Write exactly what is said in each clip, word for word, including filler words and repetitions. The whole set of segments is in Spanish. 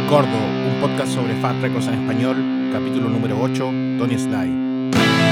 Gordo, un podcast sobre Fat Records en español, capítulo número ocho, Tony Sly.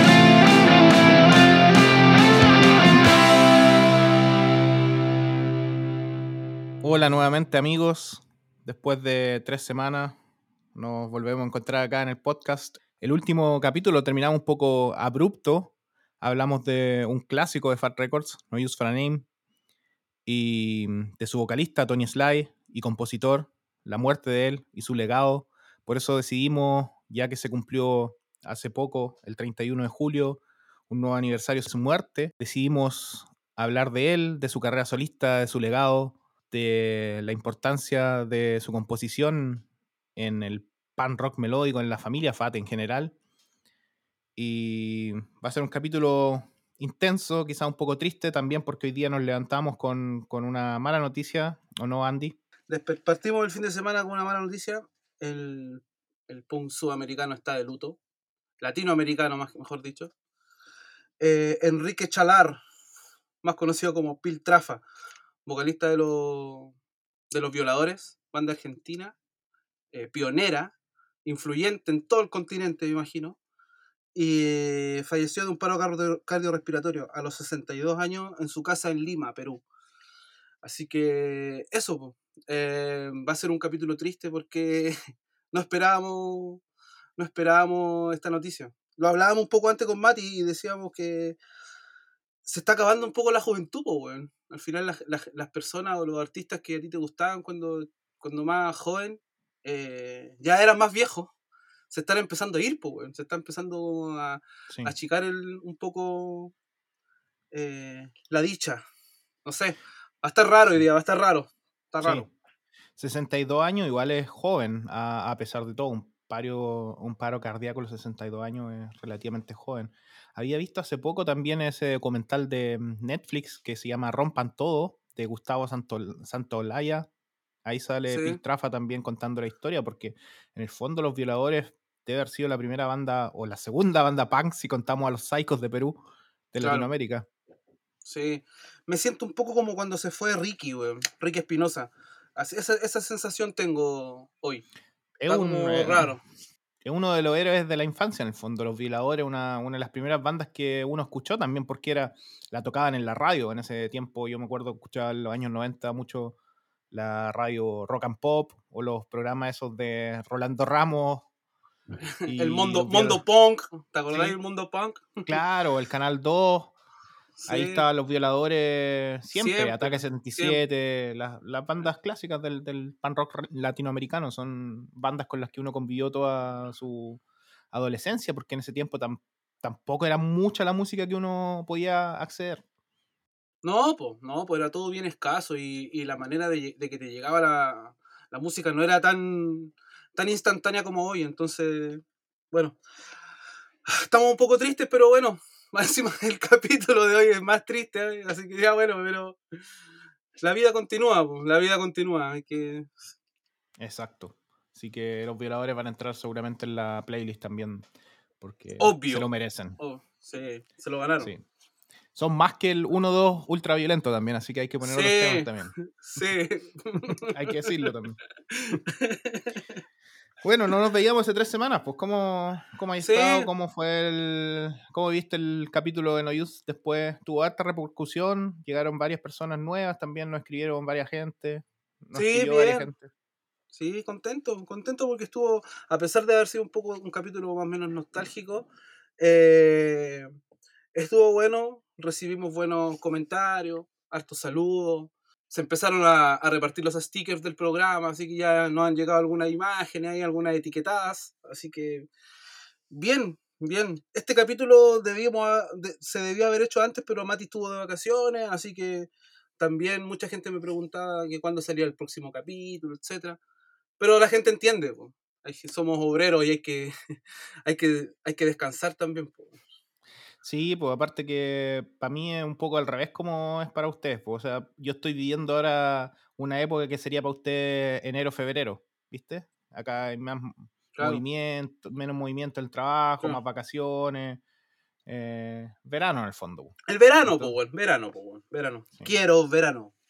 Hola nuevamente amigos, después de tres semanas nos volvemos a encontrar acá en el podcast. El último capítulo terminamos un poco abrupto, hablamos de un clásico de Fat Records, No Use for a Name, y de su vocalista Tony Sly y compositor, la muerte de él y su legado. Por eso decidimos, ya que se cumplió hace poco, el treinta y uno de julio, un nuevo aniversario de su muerte, decidimos hablar de él, de su carrera solista, de su legado, de la importancia de su composición en el punk rock melódico, en la familia Fat en general. Y va a ser un capítulo intenso, quizá un poco triste también, porque hoy día nos levantamos con, con una mala noticia, ¿o no, Andy? Después partimos el fin de semana con una mala noticia. El, el punk sudamericano está de luto. Latinoamericano, más, mejor dicho. Eh, Enrique Chalar, más conocido como Piltrafa, vocalista de, los de Los Violadores, banda argentina, eh, pionera, influyente en todo el continente, me imagino. Y eh, falleció de un paro cardio- cardiorrespiratorio a los sesenta y dos años en su casa en Lima, Perú. Así que eso, po. Eh, va a ser un capítulo triste porque no esperábamos, no esperábamos esta noticia. Lo hablábamos un poco antes con Mati y decíamos que se está acabando un poco la juventud, po, weón. Al final las, las, las personas o los artistas que a ti te gustaban cuando, cuando más joven eh, ya eran más viejos. Se están empezando a ir, po, weón. Se está empezando a, a Sí. achicar el, un poco eh, la dicha. No sé, va a estar raro hoy día, va a estar raro. Está Sí. raro. sesenta y dos años igual es joven, a, a pesar de todo. Un paro, un paro cardíaco a los sesenta y dos años es relativamente joven. Había visto hace poco también ese documental de Netflix que se llama Rompan Todo, de Gustavo Santo- Santaolalla. Ahí sale Sí. Piltrafa también contando la historia, porque en el fondo Los Violadores debe haber sido la primera banda, o la segunda banda punk, si contamos a los Psychos de Perú, de Claro. Latinoamérica. Sí. Me siento un poco como cuando se fue Ricky, weón. Ricky Espinosa. Así- Esa, esa sensación tengo hoy. Es Está un... como eh, raro. Es uno de los héroes de la infancia, en el fondo. Los Violadores, una, una de las primeras bandas que uno escuchó también porque era, la tocaban en la radio. En ese tiempo yo me acuerdo escuchaba en los años noventa mucho la radio Rock and Pop o los programas esos de Rolando Ramos El y mundo, los mundo Violadores. punk. ¿Te acordás del Sí, mundo punk? claro, el Canal dos. Ahí Sí. estaban Los Violadores siempre, Ataque Siempre. Siempre. setenta y siete, las, las bandas clásicas del, del punk rock re- latinoamericano, son bandas con las que uno convivió toda su adolescencia, porque en ese tiempo tam- tampoco era mucha la música que uno podía acceder. No, pues, no, pues era todo bien escaso y, y la manera de, lle- de que te llegaba la, la música no era tan, tan instantánea como hoy. Entonces, bueno, estamos un poco tristes, pero bueno, más encima el capítulo de hoy es más triste, ¿eh? Así que ya bueno, pero la vida continúa, pues, la vida continúa. Hay que... Exacto. Así que Los Violadores van a entrar seguramente en la playlist también, porque se lo Obvio. merecen. Oh, sí, se lo ganaron. Sí. Son más que el uno dos ultraviolento también, así que hay que poner otros temas Sí, también. sí. Hay que decirlo también. Bueno, no nos veíamos hace tres semanas, pues ¿cómo, cómo has Sí, estado? ¿Cómo fue el... ¿Cómo viste el capítulo de No Use después? ¿Tuvo harta repercusión? Llegaron varias personas nuevas, también nos escribieron varias gente, nos sí, escribió varias bien. gente. Sí, contento, contento porque estuvo, a pesar de haber sido un poco un capítulo más o menos nostálgico, eh, estuvo bueno, recibimos buenos comentarios, hartos saludos, se empezaron a, a repartir los stickers del programa, así que ya nos han llegado algunas imágenes, hay algunas etiquetadas, así que bien, bien. Este capítulo debíamos, ha- de- se debió haber hecho antes, pero Mati estuvo de vacaciones, así que también mucha gente me preguntaba que cuándo salía el próximo capítulo, etcétera. Pero la gente entiende, po. Hay que- somos obreros y hay que, hay que, hay que descansar también, po. Sí, pues aparte que para mí es un poco al revés como es para ustedes. Pues, o sea, yo estoy viviendo ahora una época que sería para usted enero, febrero, ¿viste? Acá hay más Claro, movimiento, menos movimiento en el trabajo, claro. más vacaciones, eh, verano en el fondo. El verano, po, Entonces, weón, verano, po, weón, verano. sí. Quiero verano.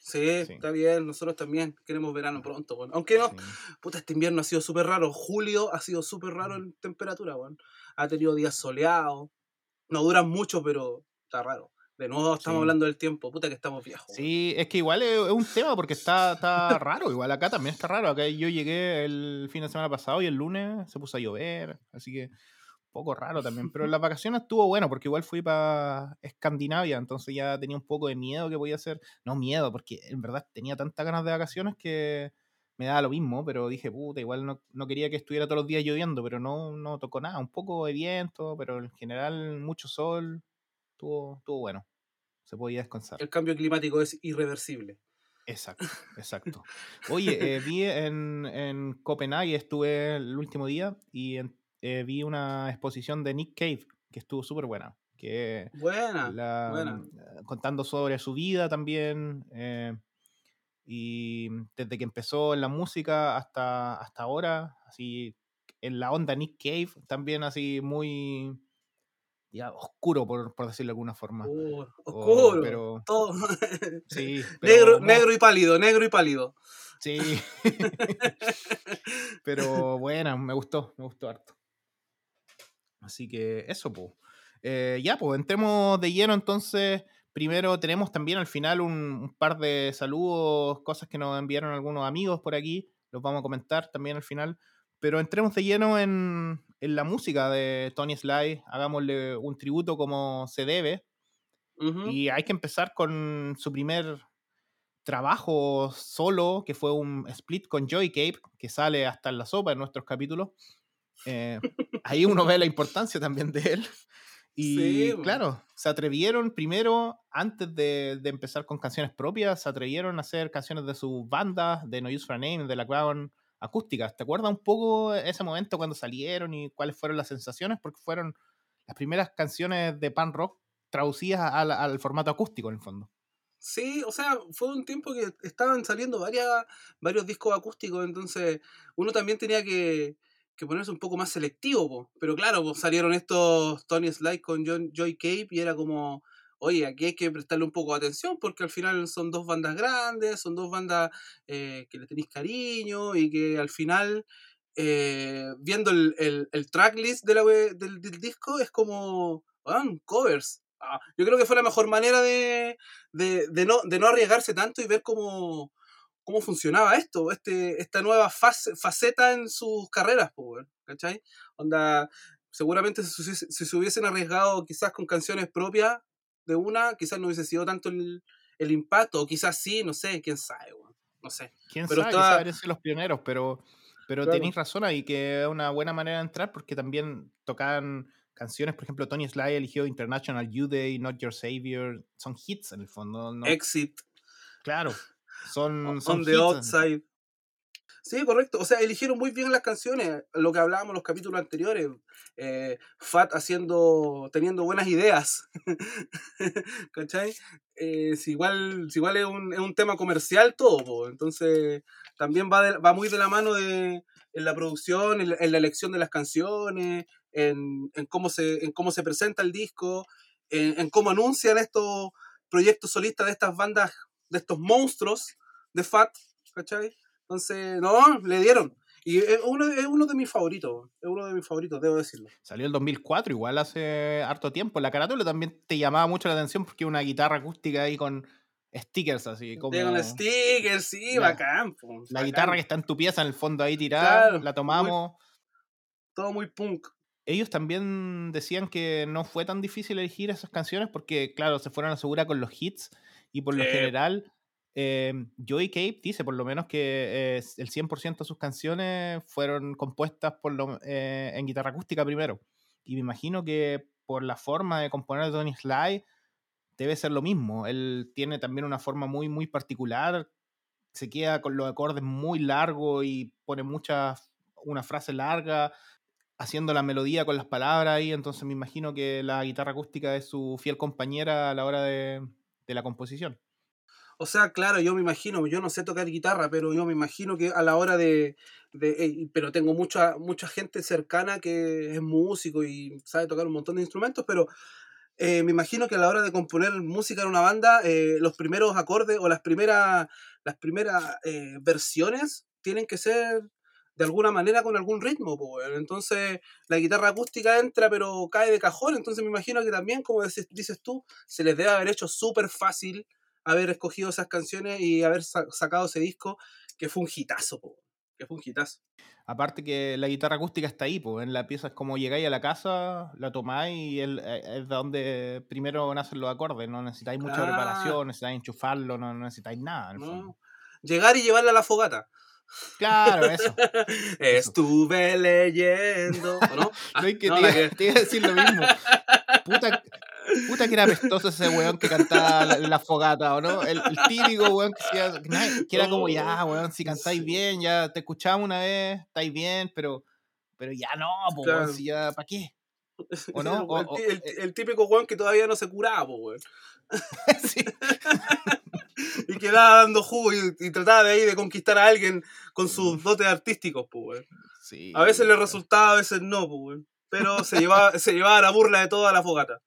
Sí, Sí, está bien, nosotros también queremos verano pronto, weón. Aunque no, sí. puta, este invierno ha sido súper raro. Julio ha sido súper raro en temperatura, weón. Ha tenido días soleados, no duran mucho, pero está raro. De nuevo estamos Sí. hablando del tiempo, puta que estamos viejos, weón. Sí, es que igual es, es un tema porque está, está raro, igual acá también está raro. Acá yo llegué el fin de semana pasado y el lunes se puso a llover, así que un poco raro también. Pero en las vacaciones estuvo bueno porque igual fui para Escandinavia, entonces ya tenía un poco de miedo que podía hacer. No miedo, porque en verdad tenía tantas ganas de vacaciones que me daba lo mismo, pero dije, puta, igual no, no quería que estuviera todos los días lloviendo, pero no, no tocó nada. Un poco de viento, pero en general mucho sol, estuvo, estuvo bueno, se podía descansar. El cambio climático es irreversible. Exacto, exacto. Oye, eh, vi en, en Copenhague, estuve el último día y en- eh, vi una exposición de Nick Cave que estuvo súper buena, que Buena, la, buena. mm, contando sobre su vida también eh, y desde que empezó en la música hasta, hasta ahora, así en la onda Nick Cave, también así muy ya, oscuro, por, por decirlo de alguna forma. Uh, O- oscuro, pero todo. sí, negro, pero mo- negro y pálido, negro y pálido. sí. Pero buena, me gustó, me gustó harto. Así que eso, pues. Ya, pues, entremos de lleno entonces. Primero tenemos también al final un, un par de saludos, cosas que nos enviaron algunos amigos por aquí. Los vamos a comentar también al final. Pero entremos de lleno en, en la música de Tony Sly. Hagámosle un tributo como se debe. Ujú. Y hay que empezar con su primer trabajo solo, que fue un split con Joey Cape, que sale hasta en la sopa en nuestros capítulos. Eh, Ahí uno ve la importancia también de él. Sí, Y po. claro, se atrevieron primero, antes de, de empezar con canciones propias, se atrevieron a hacer canciones de sus bandas, de No Use for a Name, de la Crown acústicas. ¿Te acuerdas un poco ese momento cuando salieron y cuáles fueron las sensaciones? Porque fueron las primeras canciones de punk rock traducidas al, al formato acústico, en el fondo. Sí, o sea, fue un tiempo que estaban saliendo varias, varios discos acústicos, entonces uno también tenía que, que ponerse un poco más selectivo, po. Pero claro, pues salieron estos Tony Sly con John, Joy Cape y era como, oye, aquí hay que prestarle un poco de atención porque al final son dos bandas grandes, son dos bandas eh, que le tenéis cariño y que al final, eh, viendo el, el, el tracklist de la, we- del, del disco, es como, weón, covers. Ah, yo creo que fue la mejor manera de, de, de no, de no arriesgarse tanto y ver cómo, cómo funcionaba esto, este, esta nueva fase, faceta en sus carreras, po, weón, ¿cachai? Onda, seguramente si, se- si se hubiesen arriesgado quizás con canciones propias de una, quizás no hubiese sido tanto el, el impacto, o quizás sí, no sé, quién sabe, weón, no sé. Quién Pero sabe, quizás estaba, habrían sido los pioneros, pero, pero claro, tenéis razón ahí que es una buena manera de entrar porque también tocan canciones, por ejemplo, Tony Sly eligió International You Day, Not Your Savior, son hits en el fondo, ¿no? Exit, Claro, son, son On the hits. Outside. Sí, correcto. O sea, eligieron muy bien las canciones, lo que hablábamos en los capítulos anteriores. Eh, Fat haciendo, teniendo buenas ideas. ¿Cachai? Eh, si igual, si igual es un, es un tema comercial todo, po. Entonces también va, de- va muy de la mano de, en la producción, en la, en la elección de las canciones, en, en cómo se, en cómo se presenta el disco, en, en cómo anuncian estos proyectos solistas de estas bandas, de estos monstruos de Fat, ¿cachai? Entonces, no, le dieron. Y es uno, es uno de mis favoritos, es uno de mis favoritos, debo decirlo. Salió el dos mil cuatro, igual hace harto tiempo. La carátula también te llamaba mucho la atención porque una guitarra acústica ahí con stickers así, De con como stickers, sí, la, bacán, po, la guitarra que bacán. está en tu pieza en el fondo ahí tirada, Claro, la muy, tomamos. todo muy punk. Ellos también decían que no fue tan difícil elegir esas canciones porque, claro, se fueron a segura con los hits y por Sí, lo po. general, eh, Joey Cape dice por lo menos que eh, el cien por ciento de sus canciones fueron compuestas por lo- eh, en guitarra acústica primero. Y me imagino que por la forma de componer de Tony Sly debe ser lo mismo. Él tiene también una forma muy, muy particular, se queda con los acordes muy largos y pone muchas, una frase larga haciendo la melodía con las palabras ahí, entonces me imagino que la guitarra acústica es su fiel compañera a la hora de, de la composición. O sea, claro, yo me imagino, yo no sé tocar guitarra, pero yo me imagino que a la hora de, de eh, pero tengo mucha, mucha gente cercana que es músico y sabe tocar un montón de instrumentos, pero eh, me imagino que a la hora de componer música en una banda, eh, los primeros acordes o las primeras, las primeras eh, versiones tienen que ser de alguna manera con algún ritmo, po, weón. Entonces la guitarra acústica entra pero cae de cajón, entonces me imagino que también, como dices, dices tú, se les debe haber hecho súper fácil haber escogido esas canciones y haber sa- sacado ese disco, que fue un hitazo, po, que fue un hitazo. Aparte que la guitarra acústica está ahí, pues en la pieza es como llegáis a la casa, la tomáis y el- eh, es de donde primero nacen los acordes, no necesitáis mucha Claro, preparación, necesitáis enchufarlo, no necesitáis nada en el fondo. ¿no? Llegar y llevarla a la fogata. Claro, eso, eso. Estuve leyendo. ¿O no? No Ah, hay que no, te, la iba que. te iba a decir lo mismo. Puta, puta que era apestoso ese weón que cantaba la, la fogata, ¿o no? El, el típico weón que, hacía- que nadie- que era como, Oh, ya, weón, si cantáis sí, bien, ya te escuchamos una vez, estáis bien, pero, pero ya no, pues weón, claro. si ya, ¿para qué? ¿O El, no? O, el tí- o- el tí- eh, el típico weón que todavía no se curaba, po, weón. sí, Y quedaba dando jugo y, y trataba de ahí de conquistar a alguien con mm, sus dotes artísticos, po, weón. A sí, veces le weón. resultaba, a veces no, po, weón. Pero se llevaba, se llevaba la burla de toda la fogata.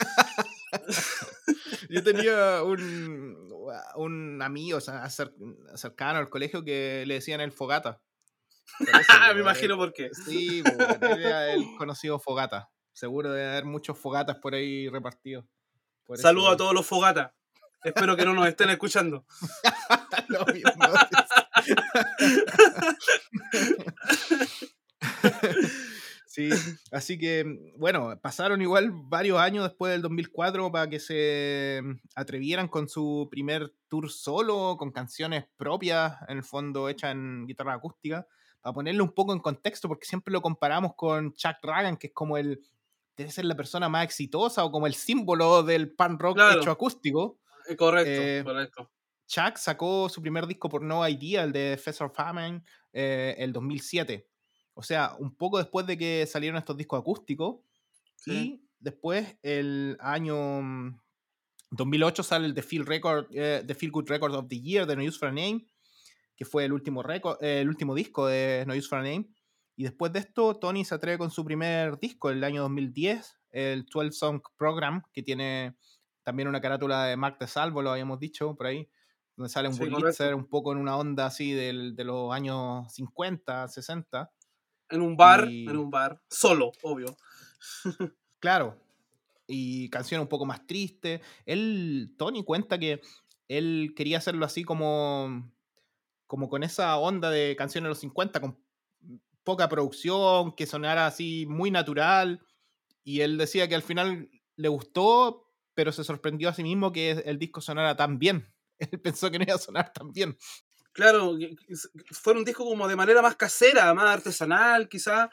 Yo tenía un, un amigo, o sea, cer- cercano al colegio que le decían el Fogata. Por eso, Me pues, él- imagino por qué. sí, pues, él era el conocido Fogata. Seguro de haber muchos fogatas por ahí repartidos. Por ese Saludo a weón. todos los fogatas. Espero que no nos estén escuchando. Lo mismo. Sí, así que, bueno, pasaron igual varios años después del dos mil cuatro para que se atrevieran con su primer tour solo, con canciones propias, en el fondo hechas en guitarra acústica, para ponerle un poco en contexto, porque siempre lo comparamos con Chuck Ragan, que es como el, debe ser la persona más exitosa o como el símbolo del punk rock hecho Claro, acústico. eh, correcto, Eh, correcto. Chuck sacó su primer disco por No Idea, el de Fest of Famine, eh, el dos mil siete. O sea, un poco después de que salieron estos discos acústicos. Sí, Y después, el año mm, dos mil ocho, sale el The Feel, Record, eh, The Feel Good Record of the Year de No Use for a Name, que fue el último, record, eh, el último disco de No Use for a Name. Y después de esto, Tony se atreve con su primer disco, el año dos mil diez, el doce Song Program, que tiene también una carátula de Mark de Salvo, lo habíamos dicho por ahí, donde sale un sí, Wurlitzer correcto. un poco en una onda así del, de los años cincuenta, sesenta. En un bar, en Y un bar, solo, obvio. claro, y canciones un poco más tristes. Él, Tony cuenta que él quería hacerlo así como, como con esa onda de canciones de los cincuenta, con poca producción, que sonara así muy natural. Y él decía que al final le gustó, pero se sorprendió a sí mismo que el disco sonara tan bien. Él pensó que no iba a sonar tan bien. Claro, que- que s- que fue un disco como de manera más casera, más artesanal, quizá.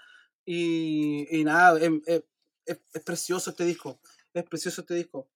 Y, y nada, em- em- es, es precioso este disco. Es precioso este disco.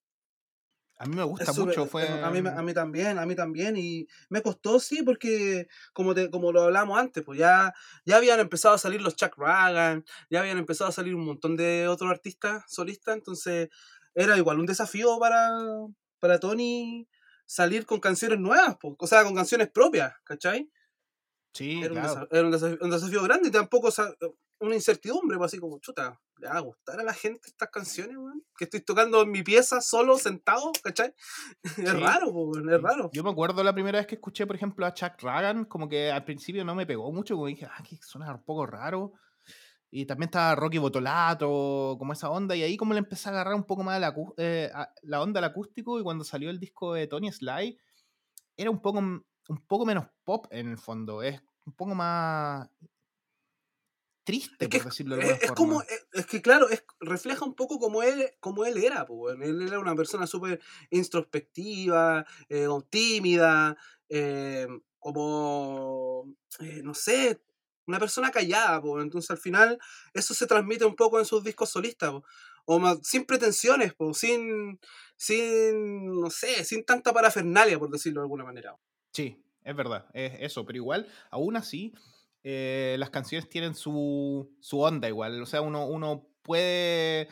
A mí me Es gusta súper- mucho, es- a fue... mí, a mí también, a mí también. Y me costó, sí, porque como, te, como lo hablamos antes, pues ya, ya habían empezado a salir los Chuck Ragan, ya habían empezado a salir un montón de otros artistas solistas, entonces era igual un desafío para, para Tony salir con canciones nuevas, pues, o sea, con canciones propias, ¿cachai? Sí, Era un, claro. desa- era un desafío, un desafío grande y tampoco sa- una incertidumbre, pues así como, chuta, ¿le va a gustar a la gente estas canciones, weón? Que estoy tocando en mi pieza solo, sentado, ¿cachai? Es Sí, raro, po, weón, es sí. raro. Yo me acuerdo la primera vez que escuché, por ejemplo, a Chuck Ragan, como que al principio no me pegó mucho, como dije, ah, que suena un poco raro. Y también estaba Rocky Botolato, como esa onda, y ahí como le empecé a agarrar un poco más la, acú- eh, a- la onda al acústico, y cuando salió el disco de Tony Sly, era un poco, m- un poco menos pop en el fondo, es un poco más triste, Es que por es, decirlo de alguna es- es como, forma. es, es que claro, es, refleja un poco como él, como él era, po, weón. Él era una persona súper introspectiva, eh, o tímida, eh, como, eh, no sé, una persona callada, po. Entonces al final eso se transmite un poco en sus discos solistas, po. O más, sin pretensiones, po, sin, sin, no sé, sin tanta parafernalia, por decirlo de alguna manera. Sí, es verdad, es eso, pero igual, aún así, eh, las canciones tienen su, su onda igual, o sea, uno, uno puede,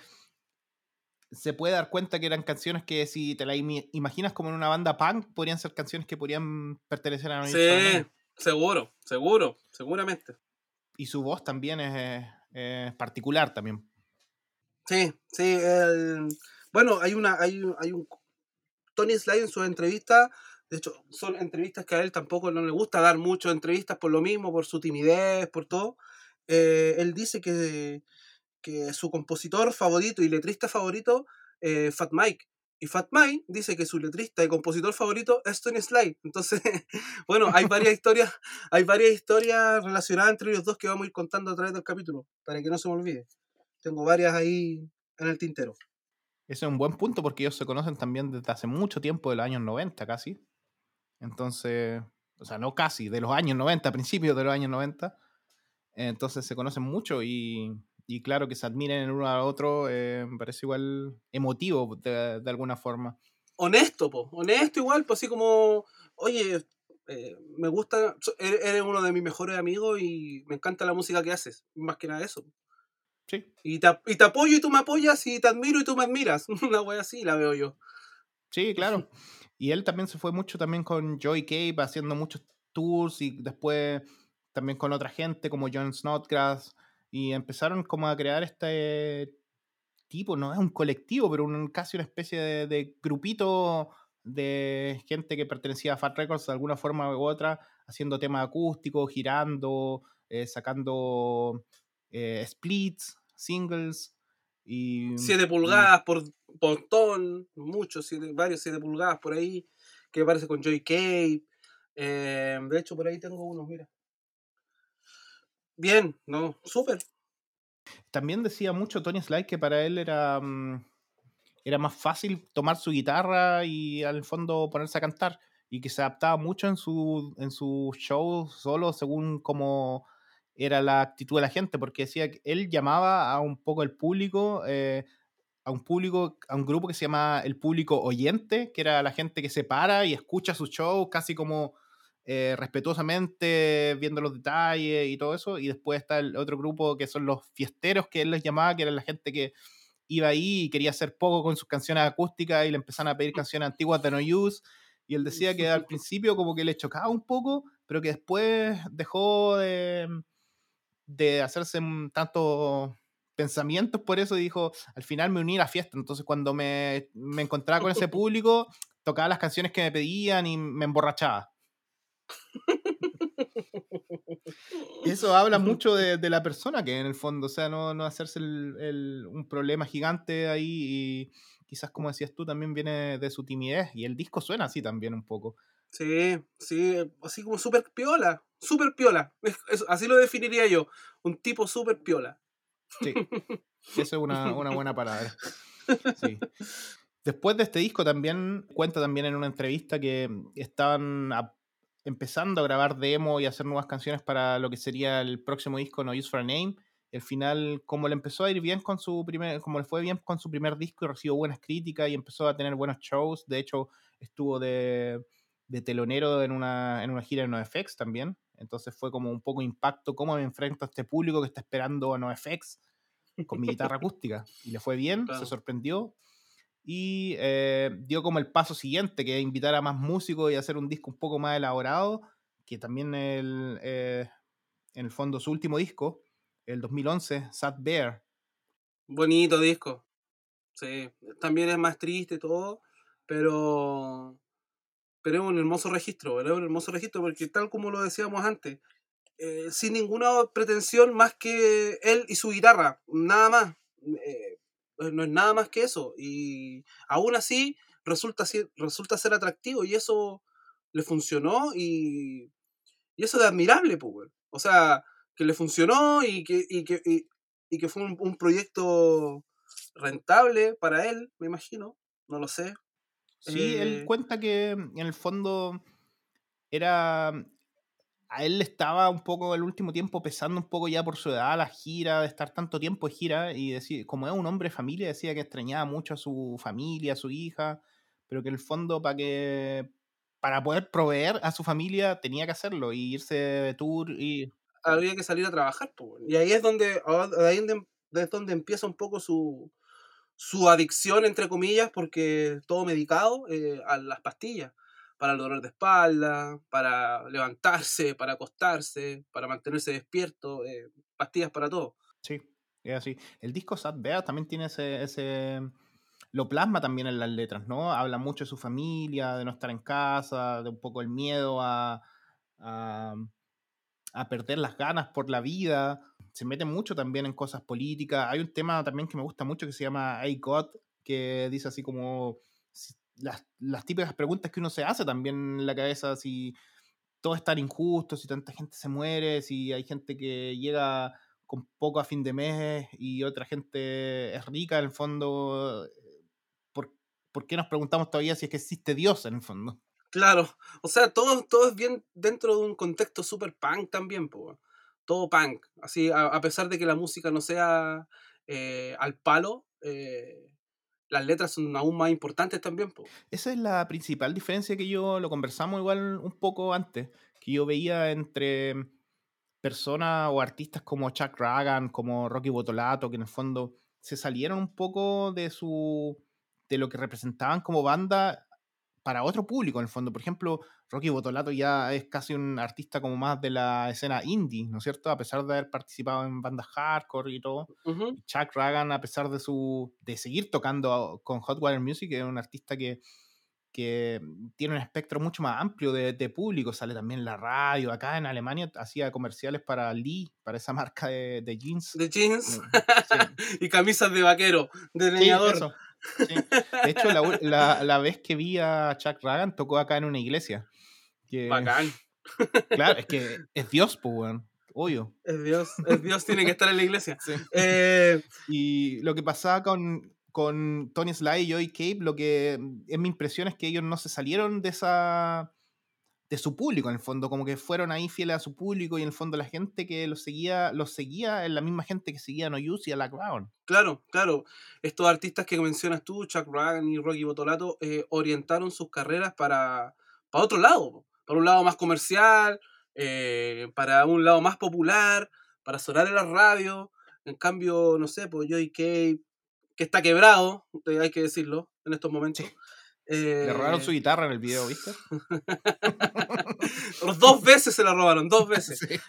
se puede dar cuenta que eran canciones que si te las imi- imaginas como en una banda punk, podrían ser canciones que podrían pertenecer a No Use for a Sí, Name. seguro, seguro, seguramente. Y su voz también es, es particular también. Sí, sí, el- Bueno, hay una, hay, hay un Tony Sly en sus entrevistas, de hecho, son entrevistas que a él tampoco no le gusta dar mucho entrevistas por lo mismo, por su timidez, por todo. Eh, él dice que, que su compositor favorito y letrista favorito, eh, Fat Mike. Y Fat Mike dice que su letrista y compositor favorito es Tony Sly. Entonces, bueno, hay varias historias, hay varias historias relacionadas entre ellos dos que vamos a ir contando a través del capítulo, para que no se me olvide. Tengo varias ahí en el tintero. Ese es un buen punto porque ellos se conocen también desde hace mucho tiempo, de los años noventa casi. Entonces, o sea, no casi, de los años noventa, principios de los años noventa. Entonces se conocen mucho y, y claro que se admiren el uno al otro, eh, me parece igual emotivo de, de alguna forma. Honesto, po, honesto igual, pues así como, oye, eh, me gusta, eres uno de mis mejores amigos y me encanta la música que haces, más que nada eso. Sí. Y te, y te apoyo y tú me apoyas y te admiro y tú me admiras. Una wea así la veo yo. Sí, claro. Y él también se fue mucho también con Joey Cape, haciendo muchos tours y después también con otra gente como John Snodgrass y empezaron como a crear este tipo, no es un colectivo, pero un, casi una especie de, de grupito de gente que pertenecía a Fat Records de alguna forma u otra, haciendo temas acústicos, girando, eh, sacando eh, splits, singles y, siete y pulgadas por montón, muchos, siete, varios siete pulgadas por ahí, que aparece con Joy Cape. Eh, de hecho, por ahí tengo unos, mira. Bien, no, súper. también decía mucho Tony Sly que para él era, mm, era más fácil tomar su guitarra y al fondo ponerse a cantar y que se adaptaba mucho en su, en su show solo según cómo era la actitud de la gente, porque decía que él llamaba a un poco el público, eh, a un público, a un grupo que se llama el público oyente, que era la gente que se para y escucha su show casi como eh, respetuosamente, viendo los detalles y todo eso, y después está el otro grupo que son los fiesteros, que él les llamaba, que era la gente que iba ahí y quería hacer poco con sus canciones acústicas y le empezaron a pedir canciones antiguas de No Use. Y él decía que al principio como que le chocaba un poco, pero que después dejó de, de hacerse tanto pensamientos por eso y dijo, al final me uní a la fiesta. Entonces cuando me, me encontraba con ese público, tocaba las canciones que me pedían y me emborrachaba. Eso habla mucho de, de la persona que en el fondo, o sea, no, no hacerse el, el, un problema gigante ahí y quizás como decías tú también viene de su timidez y el disco suena así también un poco. Sí, sí, así como súper piola, súper piola. Es, es, así lo definiría yo, un tipo súper piola. Sí, eso es una, una buena palabra. Sí. Después de este disco también cuenta también en una entrevista que estaban a, empezando a grabar demo y hacer nuevas canciones para lo que sería el próximo disco No Use for a Name. Y al final, como le empezó a ir bien con su primer, como le fue bien con su primer disco y recibió buenas críticas y empezó a tener buenos shows. De hecho, estuvo de, de telonero en una, en una gira de NoFX también. Entonces fue como un poco impacto cómo me enfrento a este público que está esperando a NoFX con mi guitarra acústica. Y le fue bien, se Claro. sorprendió y eh, dio como el paso siguiente, que es invitar a más músicos y hacer un disco un poco más elaborado, que también el, eh, en el fondo su último disco, el dos mil once, Sad Bear. Bonito disco. Sí, también es más triste todo, pero pero es un hermoso registro, es un hermoso registro porque tal como lo decíamos antes, eh, sin ninguna pretensión más que él y su guitarra, nada más. Eh, no es nada más que eso. Y aún así resulta ser, resulta ser atractivo y eso le funcionó y, y eso es admirable, pues, güey. O sea, que le funcionó y que, y que, y, y que fue un, un proyecto rentable para él, me imagino, no lo sé. Sí, él Eh, cuenta que en el fondo era... A él le estaba un poco el último tiempo pesando un poco ya por su edad la gira, de estar tanto tiempo de gira, y decir, como es un hombre de familia, decía que extrañaba mucho a su familia, a su hija, pero que en el fondo para que para poder proveer a su familia tenía que hacerlo, y irse de tour y había que salir a trabajar, pues, güey. Y ahí es donde, ahí es donde, es donde empieza un poco su, su adicción, entre comillas, porque todo medicado, eh, a las pastillas, para el dolor de espalda, para levantarse, para acostarse, para mantenerse despierto, eh, pastillas para todo. sí, es así. El disco Sad Bear también tiene ese, ese lo plasma también en las letras, ¿no? Habla mucho de su familia, de no estar en casa, de un poco el miedo a, a, a perder las ganas por la vida. Se mete mucho también en cosas políticas. Hay un tema también que me gusta mucho que se llama I Got, que dice así como si- las, las típicas preguntas que uno se hace también en la cabeza, si todo es tan injusto, si tanta gente se muere, si hay gente que llega con poco a fin de mes y otra gente es rica, en el fondo, ¿por, por qué nos preguntamos todavía si es que existe Dios en el fondo? Claro, o sea, todo, todo es bien dentro de un contexto super punk también, po. Todo punk. Así, a, a pesar de que la música no sea eh, al palo, eh, las letras son aún más importantes también, po. Esa es la principal diferencia que yo, lo conversamos igual un poco antes, que yo veía entre personas o artistas como Chuck Ragan, como Rocky Botolato, que en el fondo se salieron un poco de su de lo que representaban como banda para otro público, en el fondo. Por ejemplo, Rocky Botolato ya es casi un artista como más de la escena indie, ¿no es cierto? A pesar de haber participado en bandas hardcore y todo. Ujú. Y Chuck Ragan, a pesar de su de seguir tocando con Hot Water Music, es un artista que que tiene un espectro mucho más amplio de, de público, sale también en la radio, acá en Alemania hacía comerciales para Lee, para esa marca de, de jeans. De jeans Mm, sí, y camisas de vaquero, de sí, leñador. eso, sí. De hecho, la, u- la, la vez que vi a Chuck Ragan tocó acá en una iglesia, que Bacán. claro, es que es Dios, pues, weón, obvio. Es Dios, es Dios, tiene que estar en la iglesia. Sí. Eh, Y lo que pasaba con, con Tony Sly y Joey Cape, lo que es mi impresión es que ellos no se salieron de esa de su público, en el fondo, como que fueron ahí fieles a su público y en el fondo la gente que los seguía, los seguía es la misma gente que seguía a No Use y a La Crown. claro, claro. Estos artistas que mencionas tú, Chuck Ragan y Rocky Botolato, eh, orientaron sus carreras para, para otro lado, po. Para un lado más comercial, eh, para un lado más popular, para sonar en la radio. En cambio, no sé, pues Joey Cape, que está quebrado, eh, hay que decirlo, en estos Sí. momentos. Le robaron su Eh, guitarra en el video, ¿viste? dos veces se la robaron, dos veces. Sí.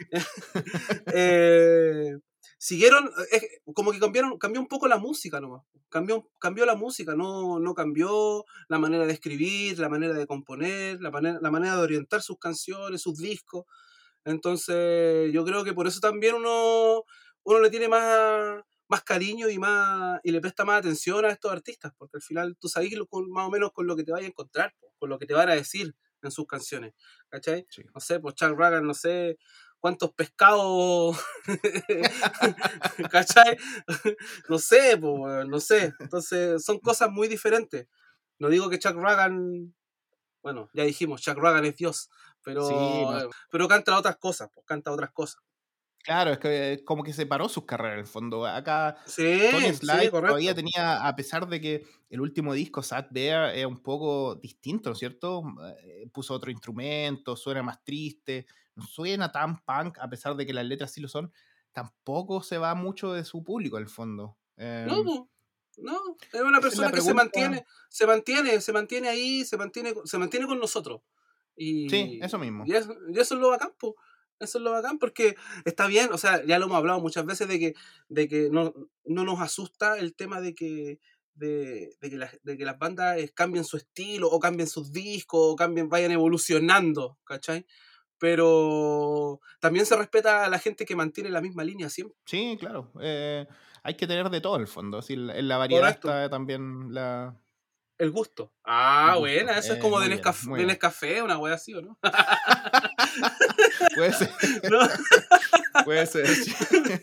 eh, siguieron, es, como que cambiaron, cambió un poco la música nomás. Cambió, cambió la música, no, no cambió la manera de escribir, la manera de componer, la manera, la manera de orientar sus canciones, sus discos. Entonces, yo creo que por eso también uno, uno le tiene más, más cariño y más y le presta más atención a estos artistas, porque al final tú sabes lo, con, más o menos con lo que te vayas a encontrar, con lo que te van a decir en sus canciones, ¿cachai? Sí. No sé, pues Chuck Ragan, no sé cuántos pescados, ¿cachai? No sé, pues, no sé. Entonces, son cosas muy diferentes. No digo que Chuck Ragan, bueno, ya dijimos, Chuck Ragan es Dios, Sí, pero, no, pero canta otras cosas, pues canta otras cosas. claro, es que como que separó sus carreras en el fondo. Acá Tony Sí, sí, Sly todavía correcto. tenía, a pesar de que el último disco, Sad Bear, es un poco distinto, ¿no es cierto? Eh, puso otro instrumento, suena más triste, no suena tan punk, a pesar de que las letras sí lo son, tampoco se va mucho de su público en el fondo. No, Eh, po, no, es una esa es la persona que se pregunta. mantiene, se mantiene, se mantiene ahí, se mantiene, se mantiene con nosotros. Sí, Y, eso mismo. y, eso, y eso es lo bacán, po. Eso es lo bacán porque está bien, o sea, ya lo hemos hablado muchas veces de que, de que no, no nos asusta el tema de que, de, de que, las, de que las bandas eh, cambien su estilo o cambien sus discos o cambien, vayan evolucionando, ¿cachai? Pero también se respeta a la gente que mantiene la misma línea siempre. Sí, claro. Eh, hay que tener de todo en el fondo. Así, en la en la variedad Correcto. está también la, El gusto. el Ah, gusto. buena, eso es Eh, como de muy bien, Nescafé, muy de bien. Nescafé, una wea así, ¿o no? Puede ser. ¿No? Puede ser, sí.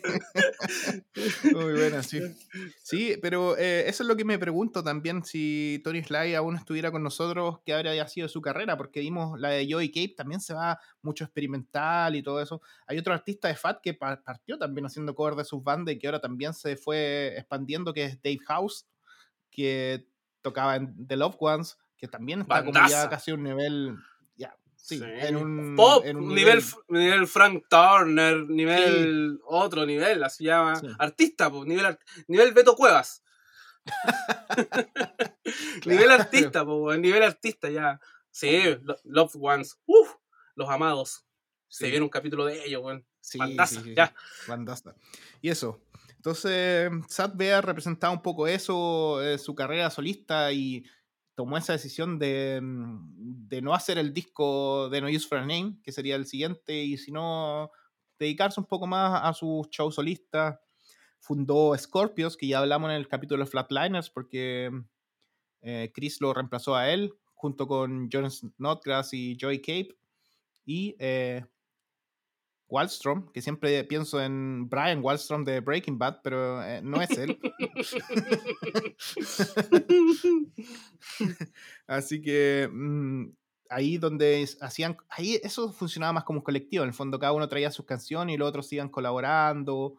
Muy buena, sí. Sí, pero eh, eso es lo que me pregunto también, si Tony Sly aún estuviera con nosotros, qué habría sido su carrera, porque vimos la de Joey Cape, también se va mucho experimental y todo eso. Hay otro artista de Fat que pa- partió también haciendo cover de sus bandas y que ahora también se fue expandiendo, que es Dave House, que tocaba en The Loved Ones, que también está como ya Bandaza. casi a un nivel, ya, Sí. sí, en un, Pop, en un nivel, nivel, nivel Frank Turner, sí, nivel otro nivel, así se llama. sí, Artista, pues, nivel, art- nivel Beto Cuevas. Nivel claro. artista, pues, nivel artista ya. Sí, lo- Loved Ones. Uf, los amados. Se Sí. viene un capítulo de ellos, weón. Sí, Bandaza, sí, sí, sí. ya. Bandaza. Y eso. Entonces, Sad Bear representaba un poco eso, eh, su carrera solista, y tomó esa decisión de, mm, de no hacer el disco de No Use for a Name, que sería el siguiente, y sino dedicarse un poco más a su show solista. Fundó Scorpions, que ya hablamos en el capítulo de Flatliners, porque eh, Chris lo reemplazó a él, junto con John Snodgrass y Joey Cape. Y eh, Wallstrom, que siempre pienso en Brian Wallstrom de Breaking Bad, pero eh, no es él. Así que mmm, ahí donde hacían, ahí eso funcionaba más como un colectivo. En el fondo cada uno traía sus canciones y los otros iban colaborando.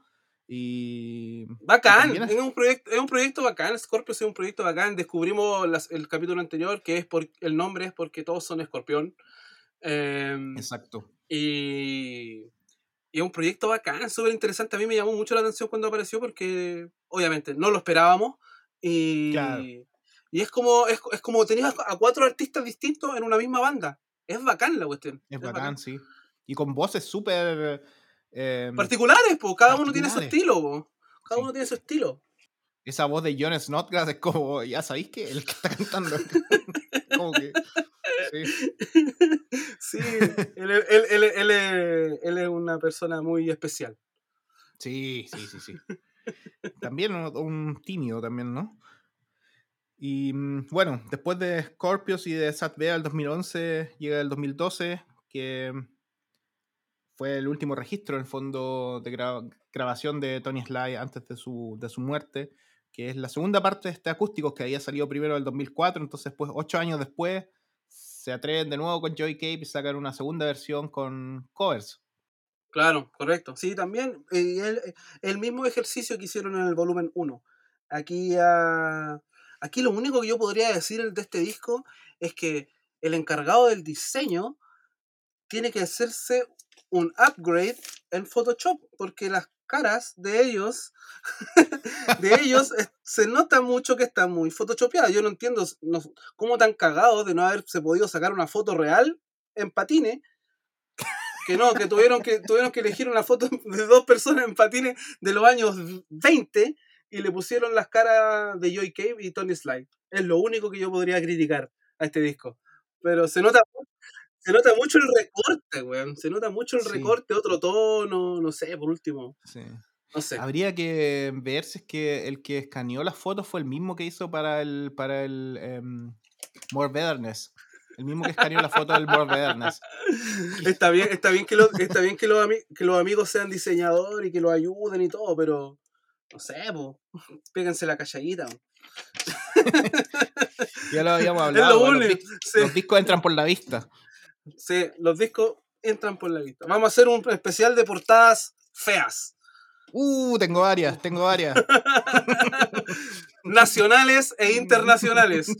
Y, y Bacán, también es es, un proyecto, es un proyecto bacán, Scorpions es un proyecto bacán. Descubrimos las- el capítulo anterior que es por el nombre es porque todos son escorpión. Eh, exacto. y, y es un proyecto bacán, súper interesante. A mí me llamó mucho la atención cuando apareció porque obviamente no lo esperábamos. Claro, Y, y es como es, es como tener a, a cuatro artistas distintos en una misma banda. Es bacán la cuestión, es es bacán, bacán. sí. Y con voces súper eh, Particulares, pues, cada uno tiene su particulares. estilo, po. Cada uno Sí. tiene su estilo. Esa voz de John Snodgrass es como, ya sabéis que el que está cantando. Como que, sí. Sí, él, es- él, él, él es, él es una persona muy especial. Sí, sí, sí, sí. También un, un tímido también, ¿no? Y mm, bueno, después de Scorpions y de Sad Bea el dos mil once, llega el dos mil doce, que fue el último registro, en el fondo, de gra- grabación de Tony Sly antes de su, de su muerte, que es la segunda parte de este acústico, que había salido primero en el dos mil cuatro. Entonces, pues, ocho años después, se atreven de nuevo con Joey Cape y sacan una segunda versión con covers. Claro, correcto. Sí, también eh, el, el mismo ejercicio que hicieron en el volumen uno. Aquí, ah, aquí lo único que yo podría decir de este disco es que el encargado del diseño tiene que hacerse un upgrade en Photoshop, porque las caras de ellos, de ellos eh, se nota mucho que están muy photoshopeadas. Yo no entiendo no, cómo tan cagados de no haberse podido sacar una foto real en patines, que no, que tuvieron que, tuvieron que elegir una foto de dos personas en patines de los años veinte y le pusieron las caras de Joy Cave y Tony Slide. Es lo único que yo podría criticar a este disco. Pero se nota se nota mucho el recorte, weón. Se nota mucho el Sí, recorte, otro tono, no sé, por último. sí. No sé. Habría que ver si es que el que escaneó las fotos fue el mismo que hizo para el, para el em, More Betterness. El mismo que escaneó la foto del More Betterness. Está bien, está bien que los, está bien que los, ami- que los amigos sean diseñadores y que los ayuden y todo, pero no sé, po. Péguense la calladita. Ya lo habíamos Es lo hablado, weón, los, único. dis- Sí, los discos entran por la vista. sí, los discos entran por la vista. Vamos a hacer un especial de portadas feas. Uh, tengo varias, tengo varias. Nacionales e internacionales.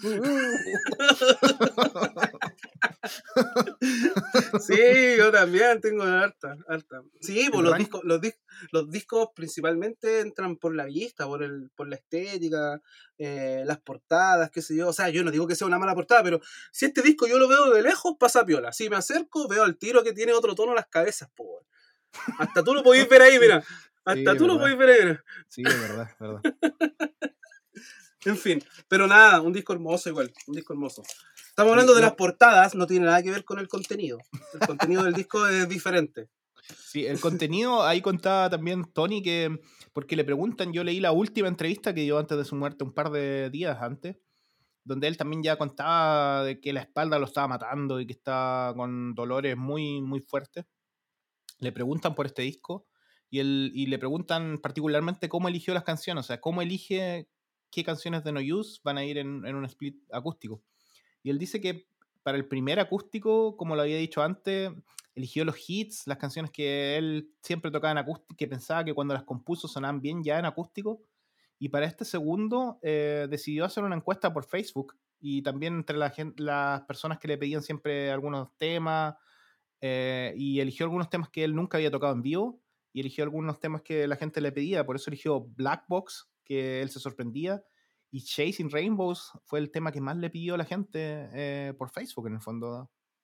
Sí, yo también tengo harta, harta. Sí, pues El los rank, discos, los, dis- los discos principalmente entran por la vista, por el, por la estética, eh, las portadas, qué sé yo. O sea, yo no digo que sea una mala portada, pero si este disco yo lo veo de lejos, pasa piola. Si me acerco, veo al tiro que tiene otro tono las cabezas, po, weón. Hasta tú lo podéis ver ahí, sí, mira. sí, Hasta es tú lo podéis verdad. ver ahí, mira. Sí, es verdad, es verdad. En fin, pero nada, un disco hermoso igual, un disco hermoso. Estamos Sí, hablando de las lo, portadas, no tiene nada que ver con el contenido. El contenido del disco es diferente. sí, el contenido, ahí contaba también Tony que, porque le preguntan, yo leí la última entrevista que dio antes de su muerte, un par de días antes, donde él también ya contaba de que la espalda lo estaba matando y que estaba con dolores muy, muy fuertes. Le preguntan por este disco y, él, y le preguntan particularmente cómo eligió las canciones, o sea, cómo elige qué canciones de No Use van a ir en, en un split acústico. Y él dice que para el primer acústico, como lo había dicho antes, eligió los hits, las canciones que él siempre tocaba en acústico, que pensaba que cuando las compuso sonaban bien ya en acústico. Y para este segundo eh, decidió hacer una encuesta por Facebook y también entre la gente, las personas que le pedían siempre algunos temas, eh, y eligió algunos temas que él nunca había tocado en vivo y eligió algunos temas que la gente le pedía. Por eso eligió Black Box, que él se sorprendía, y Chasing Rainbows fue el tema que más le pidió a la gente eh, por Facebook, en el fondo.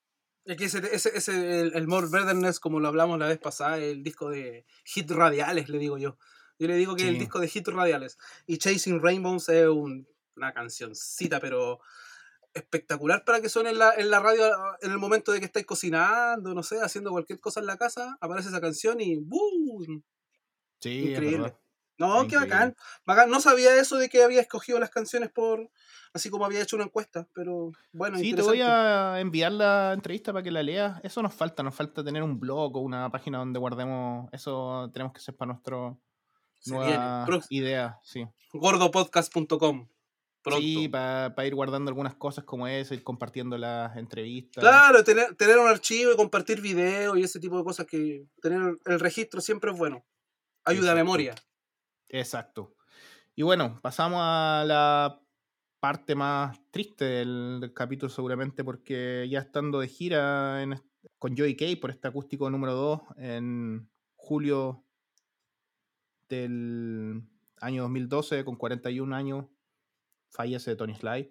Es que ese, ese, ese el, el More Betterness, como lo hablamos la vez pasada, el disco de hit radiales, le digo yo. Yo le digo que es el Sí, disco de hit radiales. Y Chasing Rainbows es un, una cancioncita, pero espectacular para que suene en la, en la radio en el momento de que estáis cocinando, no sé, haciendo cualquier cosa en la casa, aparece esa canción y ¡boom! sí, es Increíble. verdad. Es No, qué increíble. bacán. Bacán. No sabía eso de que había escogido las canciones por, así como había hecho una encuesta, pero bueno, Sí, te voy interesante. a enviar la entrevista para que la leas. Eso nos falta, nos falta tener un blog o una página donde guardemos. Eso tenemos que hacer para nuestra Se viene. nueva Pro- idea, sí. gordopodcast punto com. Pronto. Sí, para ir guardando algunas cosas como eso, ir compartiendo las entrevistas. Claro, tener, tener un archivo y compartir videos y ese tipo de cosas que tener el, el registro siempre es bueno. Ayuda a Exacto, memoria. exacto. Y bueno, pasamos a la parte más triste del, del capítulo seguramente porque ya estando de gira en est- con Joey K por este acústico número dos en julio del año dos mil doce, con cuarenta y un años, fallece Tony Sly.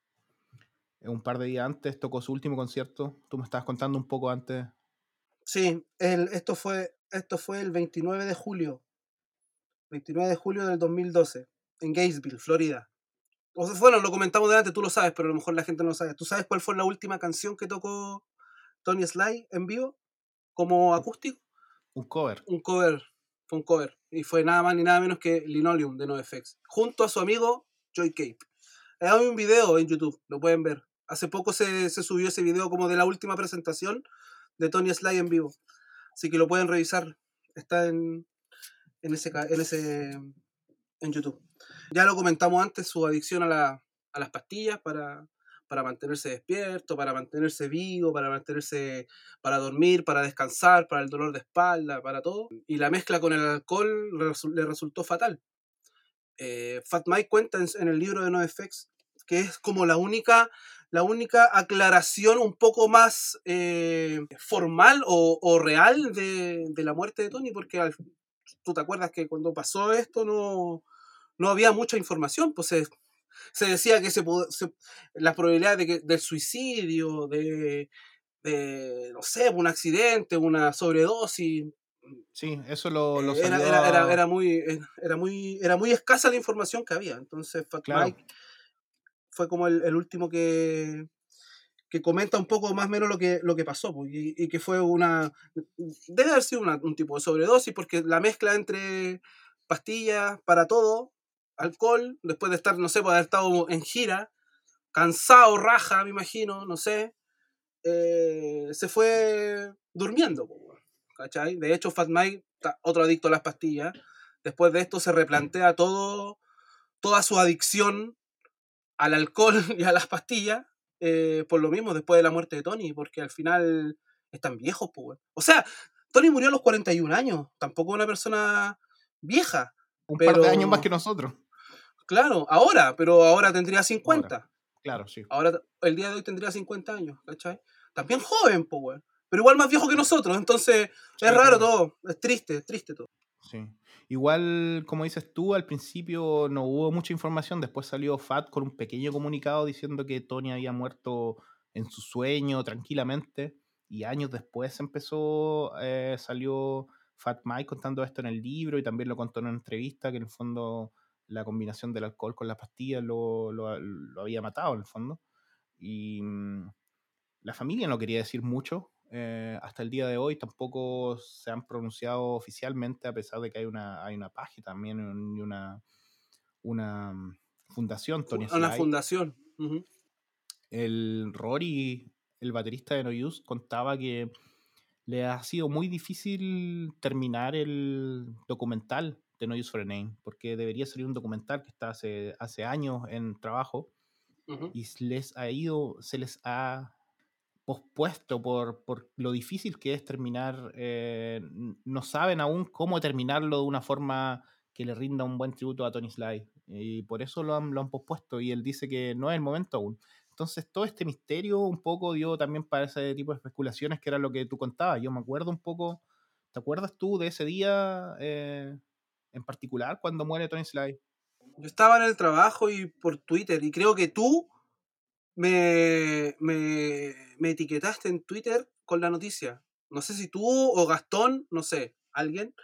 Un par de días antes tocó su último concierto. Tú me estabas contando un poco antes. Sí, el, esto, fue, esto fue el veintinueve de julio. veintinueve de julio del dos mil doce. En Gainesville, Florida. O sea, bueno, lo comentamos delante, tú lo sabes, pero a lo mejor la gente no lo sabe. ¿Tú sabes cuál fue la última canción que tocó Tony Sly en vivo? Como acústico. Un cover. Un cover. Fue un cover. Y fue nada más ni nada menos que Linoleum de NoFX. Junto a su amigo Joy Cape. Hay un video en YouTube, lo pueden ver. Hace poco se, se subió ese video como de la última presentación de Tony Sly en vivo. Así que lo pueden revisar. Está en, en, ese, en, ese, en YouTube. Ya lo comentamos antes, su adicción a, la, a las pastillas para, para mantenerse despierto, para mantenerse vivo, para mantenerse, para dormir, para descansar, para el dolor de espalda, para todo. Y la mezcla con el alcohol le resultó fatal. Eh, Fat Mike cuenta en, en el libro de NoFX que es como la única, la única aclaración un poco más eh, formal o, o real de, de, la muerte de Tony, porque al, tú te acuerdas que cuando pasó esto no, no había mucha información, pues se, se decía que se, se las probabilidades de que, del suicidio, de, de, no sé, un accidente, una sobredosis. Sí, eso lo, lo Eh, era, salió era, era, a... era, muy, era, muy, era muy escasa la información que había. Entonces, Fat Claro, Mike fue como el, el último que, que comenta un poco más o menos lo que, lo que pasó, pues, y, y que fue una. Debe haber sido una, un tipo de sobredosis, porque la mezcla entre pastillas para todo, alcohol, después de estar, no sé, por haber estado en gira, cansado, raja, me imagino, no sé, eh, se fue durmiendo, ¿cachai? De hecho, Fat Mike, otro adicto a las pastillas, después de esto se replantea todo, toda su adicción al alcohol y a las pastillas, eh, por lo mismo, después de la muerte de Tony, porque al final están viejos, pues. O sea, Tony murió a los cuarenta y un años, tampoco una persona vieja, un par de años más pero que nosotros. claro, ahora, pero ahora tendría Ahora, cincuenta. claro, sí. Ahora, el día de hoy tendría cincuenta años, ¿cachai? También joven, pues, pero igual más viejo que nosotros, entonces es Sí, raro claro. todo, es triste, es triste todo. Sí. Igual, como dices tú, al principio no hubo mucha información, después salió Fat con un pequeño comunicado diciendo que Tony había muerto en su sueño tranquilamente, y años después empezó, eh, salió Fat Mike contando esto en el libro y también lo contó en una entrevista, que en el fondo la combinación del alcohol con las pastillas lo, lo, lo había matado en el fondo. Y mm, la familia no quería decir mucho. Eh, hasta el día de hoy tampoco se han pronunciado oficialmente, a pesar de que hay una, hay una página también y una, una mm, fundación, Tony Una Sly. fundación. Uh-huh. El Rory, el baterista de No Use, contaba que le ha sido muy difícil terminar el documental de No Use for a Name, porque debería salir un documental que está hace, hace años en trabajo, Uh-huh. y les ha ido, se les ha pospuesto por, por lo difícil que es terminar, eh, no saben aún cómo terminarlo de una forma que le rinda un buen tributo a Tony Sly, y por eso lo han, lo han pospuesto, y él dice que no es el momento aún. Entonces todo este misterio un poco dio también para ese tipo de especulaciones, que era lo que tú contabas. Yo me acuerdo un poco, ¿te acuerdas tú de ese día eh, en particular cuando muere Tony Sly? Yo estaba en el trabajo y por Twitter, y creo que tú me, me, me etiquetaste en Twitter con la noticia. No sé si tú o Gastón, no sé, alguien.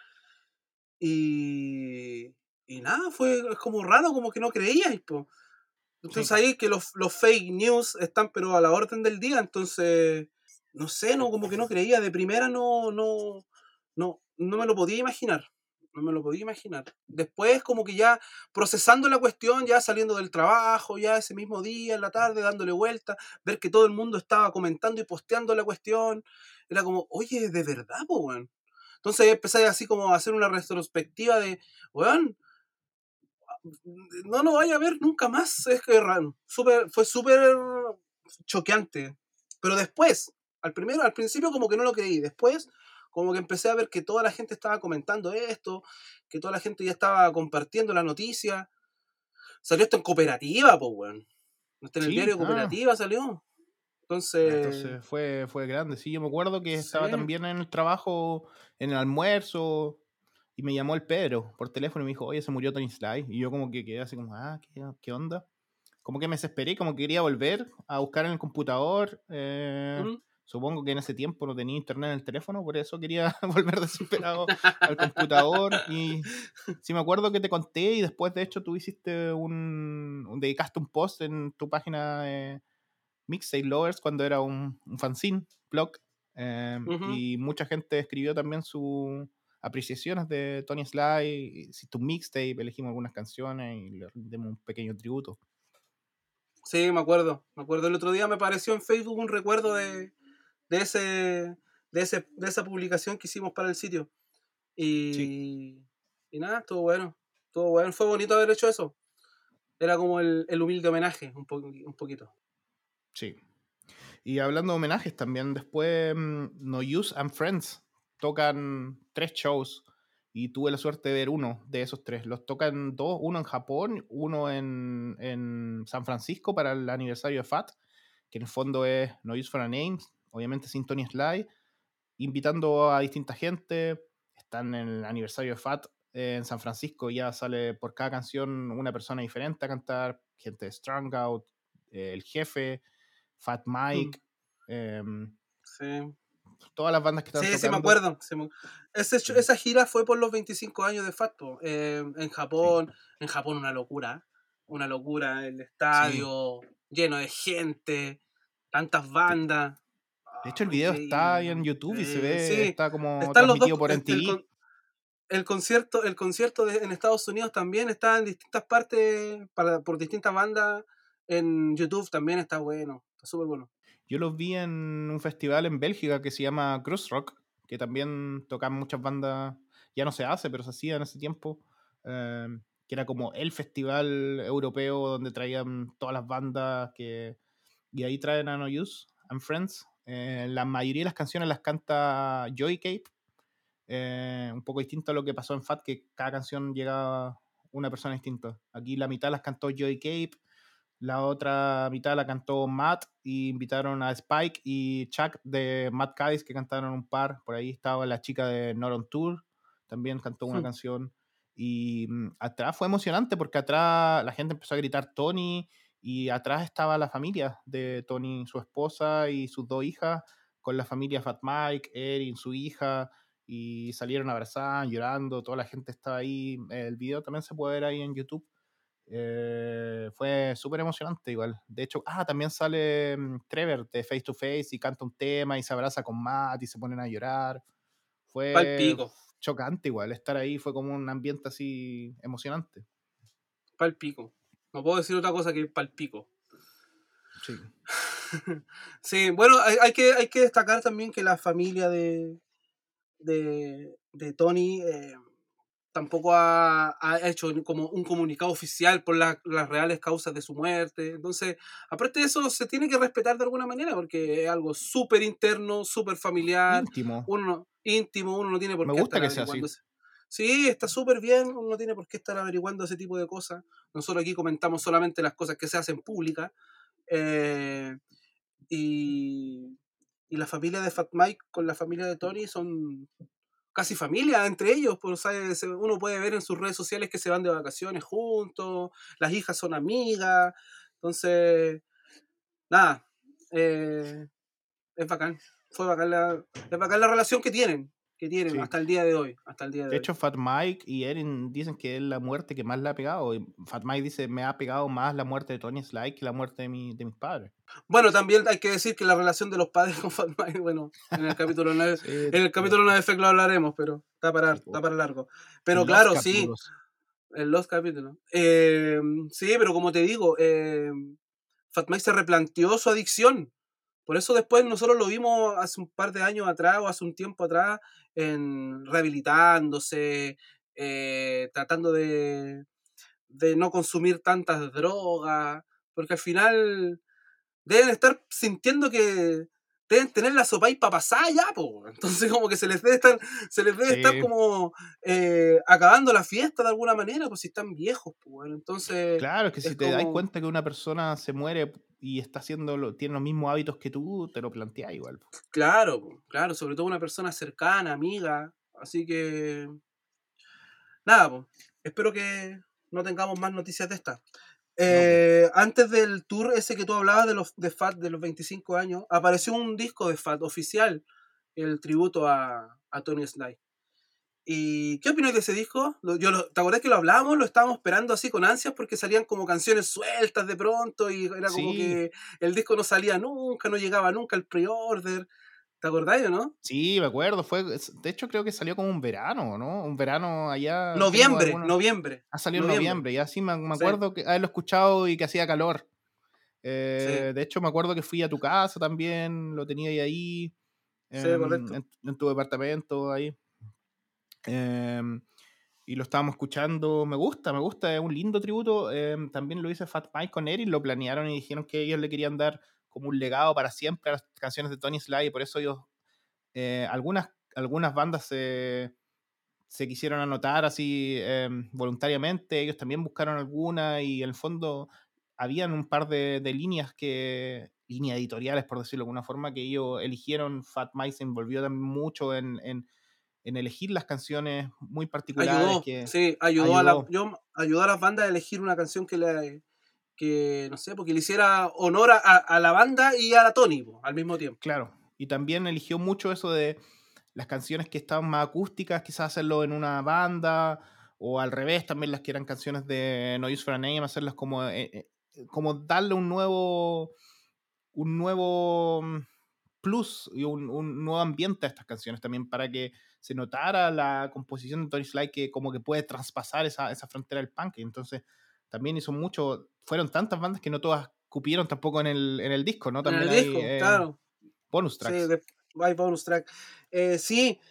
Y, y nada, fue es como raro, como que no creíais, po. Entonces Sí, ahí que los, los fake news están pero a la orden del día, entonces, no sé, no, como que no creía, de primera no, no, no, no me lo podía imaginar, no me lo podía imaginar. Después como que ya procesando la cuestión, ya saliendo del trabajo, ya ese mismo día, en la tarde, dándole vuelta, ver que todo el mundo estaba comentando y posteando la cuestión, era como, oye, de verdad, po, weón. Entonces empecé así como a hacer una retrospectiva de, weón, no lo vaya a ver nunca más. Es que super, fue súper choqueante. Pero después, al primero, al principio como que no lo creí. Después, como que empecé a ver que toda la gente estaba comentando esto, que toda la gente ya estaba compartiendo la noticia. Salió esto en Cooperativa, pues, weón. Está en el sí, diario ah, Cooperativa, salió. ah, Entonces, entonces fue, fue grande. Sí, yo me acuerdo que sí. estaba también en el trabajo, en el almuerzo, y me llamó el Pedro por teléfono y me dijo, oye, se murió Tony Sly. Y yo como que quedé así como, ah, ¿qué, qué onda? Como que me desesperé, como que quería volver a buscar en el computador. eh, ¿Mm? supongo que en ese tiempo no tenía internet en el teléfono, por eso quería volver desesperado al computador. Y sí me acuerdo que te conté y después de hecho tú hiciste un, un dedicaste un post en tu página de Mixtape Lovers cuando era un, un fanzine, blog. eh, Ujú. y mucha gente escribió también sus apreciaciones de Tony Sly. Hiciste un mixtape, elegimos algunas canciones y le rendimos un pequeño tributo. Sí, me acuerdo. Me acuerdo. El otro día me apareció en Facebook un recuerdo de, de ese, de ese, de esa publicación que hicimos para el sitio. Sí, Y, y nada, estuvo bueno. Estuvo bueno. Fue bonito haber hecho eso. Era como el, el humilde homenaje, un, po- un poquito. sí. Y hablando de homenajes también, después mm, No Use and Friends tocan tres shows y tuve la suerte de ver uno de esos tres. Los tocan dos, uno en Japón, uno en, en San Francisco para el aniversario de Fat, que en el fondo es No Use for a Name, obviamente sin Tony Sly, invitando a distinta gente. Están en el aniversario de Fat eh, en San Francisco, ya sale por cada canción una persona diferente a cantar, gente de Strung Out, eh, el jefe, Fat Mm, Mike, em, sí. todas las bandas que están Sí, sí, me tocando. acuerdo. Sí, me- Ese sh- Sí, esa gira fue por los veinticinco años de Facto. Eh, en sí, Japón, en Japón una locura. Una locura. El sí. estadio lleno de gente, tantas De, bandas. de hecho, el Ah, video está increíble, ahí en ¿no? YouTube y se Increíble. ve, Sí, está como están los dos. transmitido por El, el M T V. con- el concierto, el concierto de- en Estados Unidos también está en distintas partes, para, por distintas bandas. En YouTube también está bueno. Está súper bueno. Yo los vi en un festival en Bélgica que se llama Cruise Rock, que también tocan muchas bandas, ya no se hace, pero se hacía en ese tiempo, eh, que era como el festival europeo donde traían todas las bandas, que, y ahí traen a No Use and Friends. Eh, la mayoría de las canciones las canta Joey Cape, eh, un poco distinto a lo que pasó en Fat, que cada canción llegaba una persona distinta. Aquí la mitad las cantó Joey Cape, la otra mitad la cantó Matt y invitaron a Spike y Chuck de Matt Cadiz que cantaron un par. Por ahí estaba la chica de Not on Tour, también cantó una canción. Y mm, atrás fue emocionante porque atrás la gente empezó a gritar Tony y atrás estaba la familia de Tony, su esposa y sus dos hijas, con la familia Fat Mike, Erin, su hija, y salieron abrazadas, llorando, toda la gente estaba ahí. El video también se puede ver ahí en YouTube. Eh, fue súper emocionante igual. De hecho, ah, también sale mm, Trevor de Face to Face y canta un tema y se abraza con Matt y se ponen a llorar. Pal Fue pico. chocante igual, estar ahí fue como un ambiente así emocionante. Pal pico. No puedo decir otra cosa que pal pico. Sí, Sí, bueno, hay, hay que, hay que destacar también que la familia de, de, de Tony eh, tampoco ha, ha hecho como un comunicado oficial por la- las reales causas de su muerte. Entonces, aparte de eso, se tiene que respetar de alguna manera porque es algo súper interno, súper familiar, íntimo. uno no- íntimo, uno no tiene por Me qué gusta estar que sea así. averiguando eso. Sí, está súper bien, uno no tiene por qué estar averiguando ese tipo de cosas. Nosotros aquí comentamos solamente las cosas que se hacen públicas. eh, y, y la familia de Fat Mike con la familia de Tony son casi familia entre ellos. Pues, ¿sabes? Uno puede ver en sus redes sociales que se van de vacaciones juntos, las hijas son amigas. Entonces, nada, eh, es bacán. Fue bacán la, es bacán la relación que tienen, que tienen Sí. hasta el día de hoy. Hasta el día de, De hoy. hecho, Fat Mike y Erin dicen que es la muerte que más le ha pegado. Y Fat Mike dice, me ha pegado más la muerte de Tony Sly que la muerte de, mi, de mis padres. Bueno, también hay que decir que la relación de los padres con Fat Mike, bueno, en el capítulo nueve, Sí, en el capítulo nueve F lo hablaremos, pero está para, sí, está para largo. Pero los claro, sí, capítulos. en los capítulos. Eh, sí, pero como te digo, eh, Fat Mike se replanteó su adicción. Por eso después nosotros lo vimos hace un par de años atrás o hace un tiempo atrás en rehabilitándose, eh, tratando de, de no consumir tantas drogas, porque al final deben estar sintiendo que deben tener la sopaipa pasada ya, po. Entonces como que se les debe estar, se les debe estar Sí. como eh, acabando la fiesta de alguna manera, pues si están viejos, pues. Entonces Claro, es que si es te das como, cuenta que una persona se muere y está haciendo lo, tiene los mismos hábitos que tú, te lo planteas igual. Po. claro, po, claro, sobre todo una persona cercana, amiga. Así que nada, pues. Espero que no tengamos más noticias de esta. No, po. Eh, antes del tour ese que tú hablabas de los de Fat de los veinticinco años, apareció un disco de Fat oficial, el tributo a, a Tony Sly. ¿Y qué opinas de ese disco? Lo- Yo lo- ¿Te acordás que lo hablábamos? Lo estábamos esperando así con ansias porque salían como canciones sueltas de pronto y era como Sí, que el disco no salía nunca, no llegaba nunca el pre-order. ¿Te acordás o no? sí, me acuerdo. Fue, de hecho, creo que salió como un verano, ¿no? Un verano allá, tengo Noviembre, algunos. noviembre, Ha salido en noviembre. noviembre, y así me, me Sí, acuerdo que haberlo escuchado y que hacía calor. sí, Eh, de hecho, me acuerdo que fui a tu casa también, lo tenía ahí, ahí sí, em, correcto. en, en tu departamento ahí. em, y lo estábamos escuchando. Me gusta, me gusta, es un lindo tributo. em, también lo hice Fat Mike con Eric, lo planearon y dijeron que ellos le querían dar como un legado para siempre a las canciones de Tony Sly, y por eso ellos, eh, algunas, algunas bandas se se quisieron anotar así eh, voluntariamente, ellos también buscaron alguna y en el fondo habían un par de, de líneas que, líneas editoriales por decirlo de alguna forma, que ellos eligieron. Fat Mike se envolvió también mucho en, en, en elegir las canciones muy particulares Ayudó, que sí, ayudó a la, ayudó. yo, ayudó a las bandas a elegir una canción que le, que, no sé, porque le hiciera honor a, a la banda y a la Tony, po, al mismo tiempo. Claro, y también eligió mucho eso de las canciones que estaban más acústicas, quizás hacerlo en una banda, o al revés, también las que eran canciones de No Use for a Name, hacerlas como, eh, eh, como darle un nuevo, un nuevo mm, plus y un, un nuevo ambiente a estas canciones también, para que se notara la composición de Tony Sly, que como que puede traspasar esa, esa frontera del punk. Entonces también hizo mucho, fueron tantas bandas que no todas cupieron tampoco en el, en el disco, ¿no? En También el hay disco, eh, claro. bonus Sí, tracks. de, hay bonus track. Eh, sí,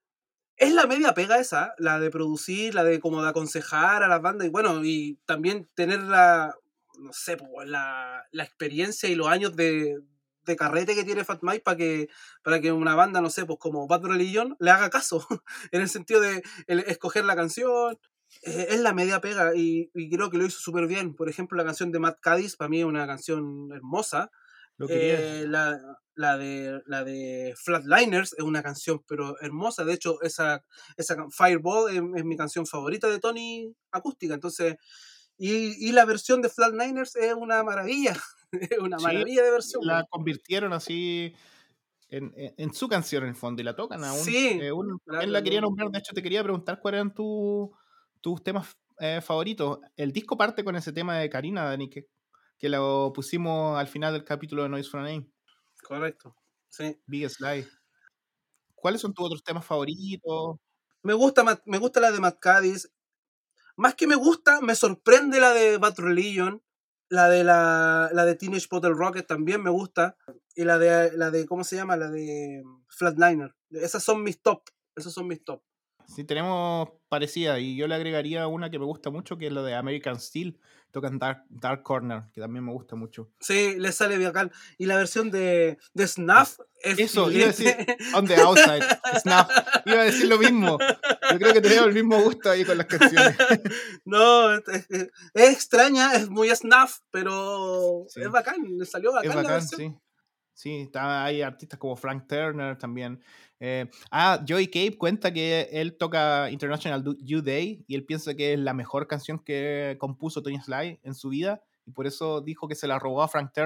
es la media pega esa, la de producir, la de como de aconsejar a las bandas y bueno, y también tener la, no sé, pues, la, la experiencia y los años de, de carrete que tiene Fat Mike para que, para que una banda, no sé, pues como Bad Religion le haga caso, en el sentido de el, escoger la canción. Eh, es la media pega y, y creo que lo hizo súper bien. Por ejemplo, la canción de Matt Cadiz, para mí es una canción hermosa. Lo quería. Eh, la, la, de, la de Flatliners es una canción pero hermosa. De hecho, esa, esa Fireball es, es mi canción favorita de Tony acústica. Entonces, y, y la versión de Flatliners es una maravilla. Es una Sí, maravilla de versión, la güey. convirtieron así en, en- en su canción en el fondo y la tocan aún. Sí, Eh, un- la, también la, la quería la, nombrar, de hecho te quería preguntar cuáles eran tu- tus temas eh, favoritos. El disco parte con ese tema de Karina, Dani, que, que lo pusimos al final del capítulo de Noise for a Name, correcto. Sí. Big Sly. ¿Cuáles son tus otros temas favoritos? Me gusta, me gusta la de Matt Cadiz. Más que me gusta, me sorprende la de Bad Religion. La de la, la de Teenage Bottle Rocket también me gusta. Y la de la de ¿cómo se llama? La de Flatliner. Esas son mis top. Esos son mis top. Sí, tenemos parecida, y yo le agregaría una que me gusta mucho, que es la de American Steel. Tocan Dark, Dark Corner, que también me gusta mucho. Sí, le sale bien acá. Y la versión de, de Snuff es Eso, iba a decir filete. On the Outside, Snuff. Iba a decir lo mismo. Yo creo que tenemos el mismo gusto ahí con las canciones. No, es, es- es extraña, es muy Snuff, pero es Sí, bacán, le salió es bacán la bacán, versión. sí. Sí, está, hay artistas como Frank Turner también. Eh, ah, Joey Cape cuenta que él toca International Du- You Day y él piensa que es la mejor canción que compuso Tony Sly en su vida, y por eso dijo que se la robó a Frank Turner.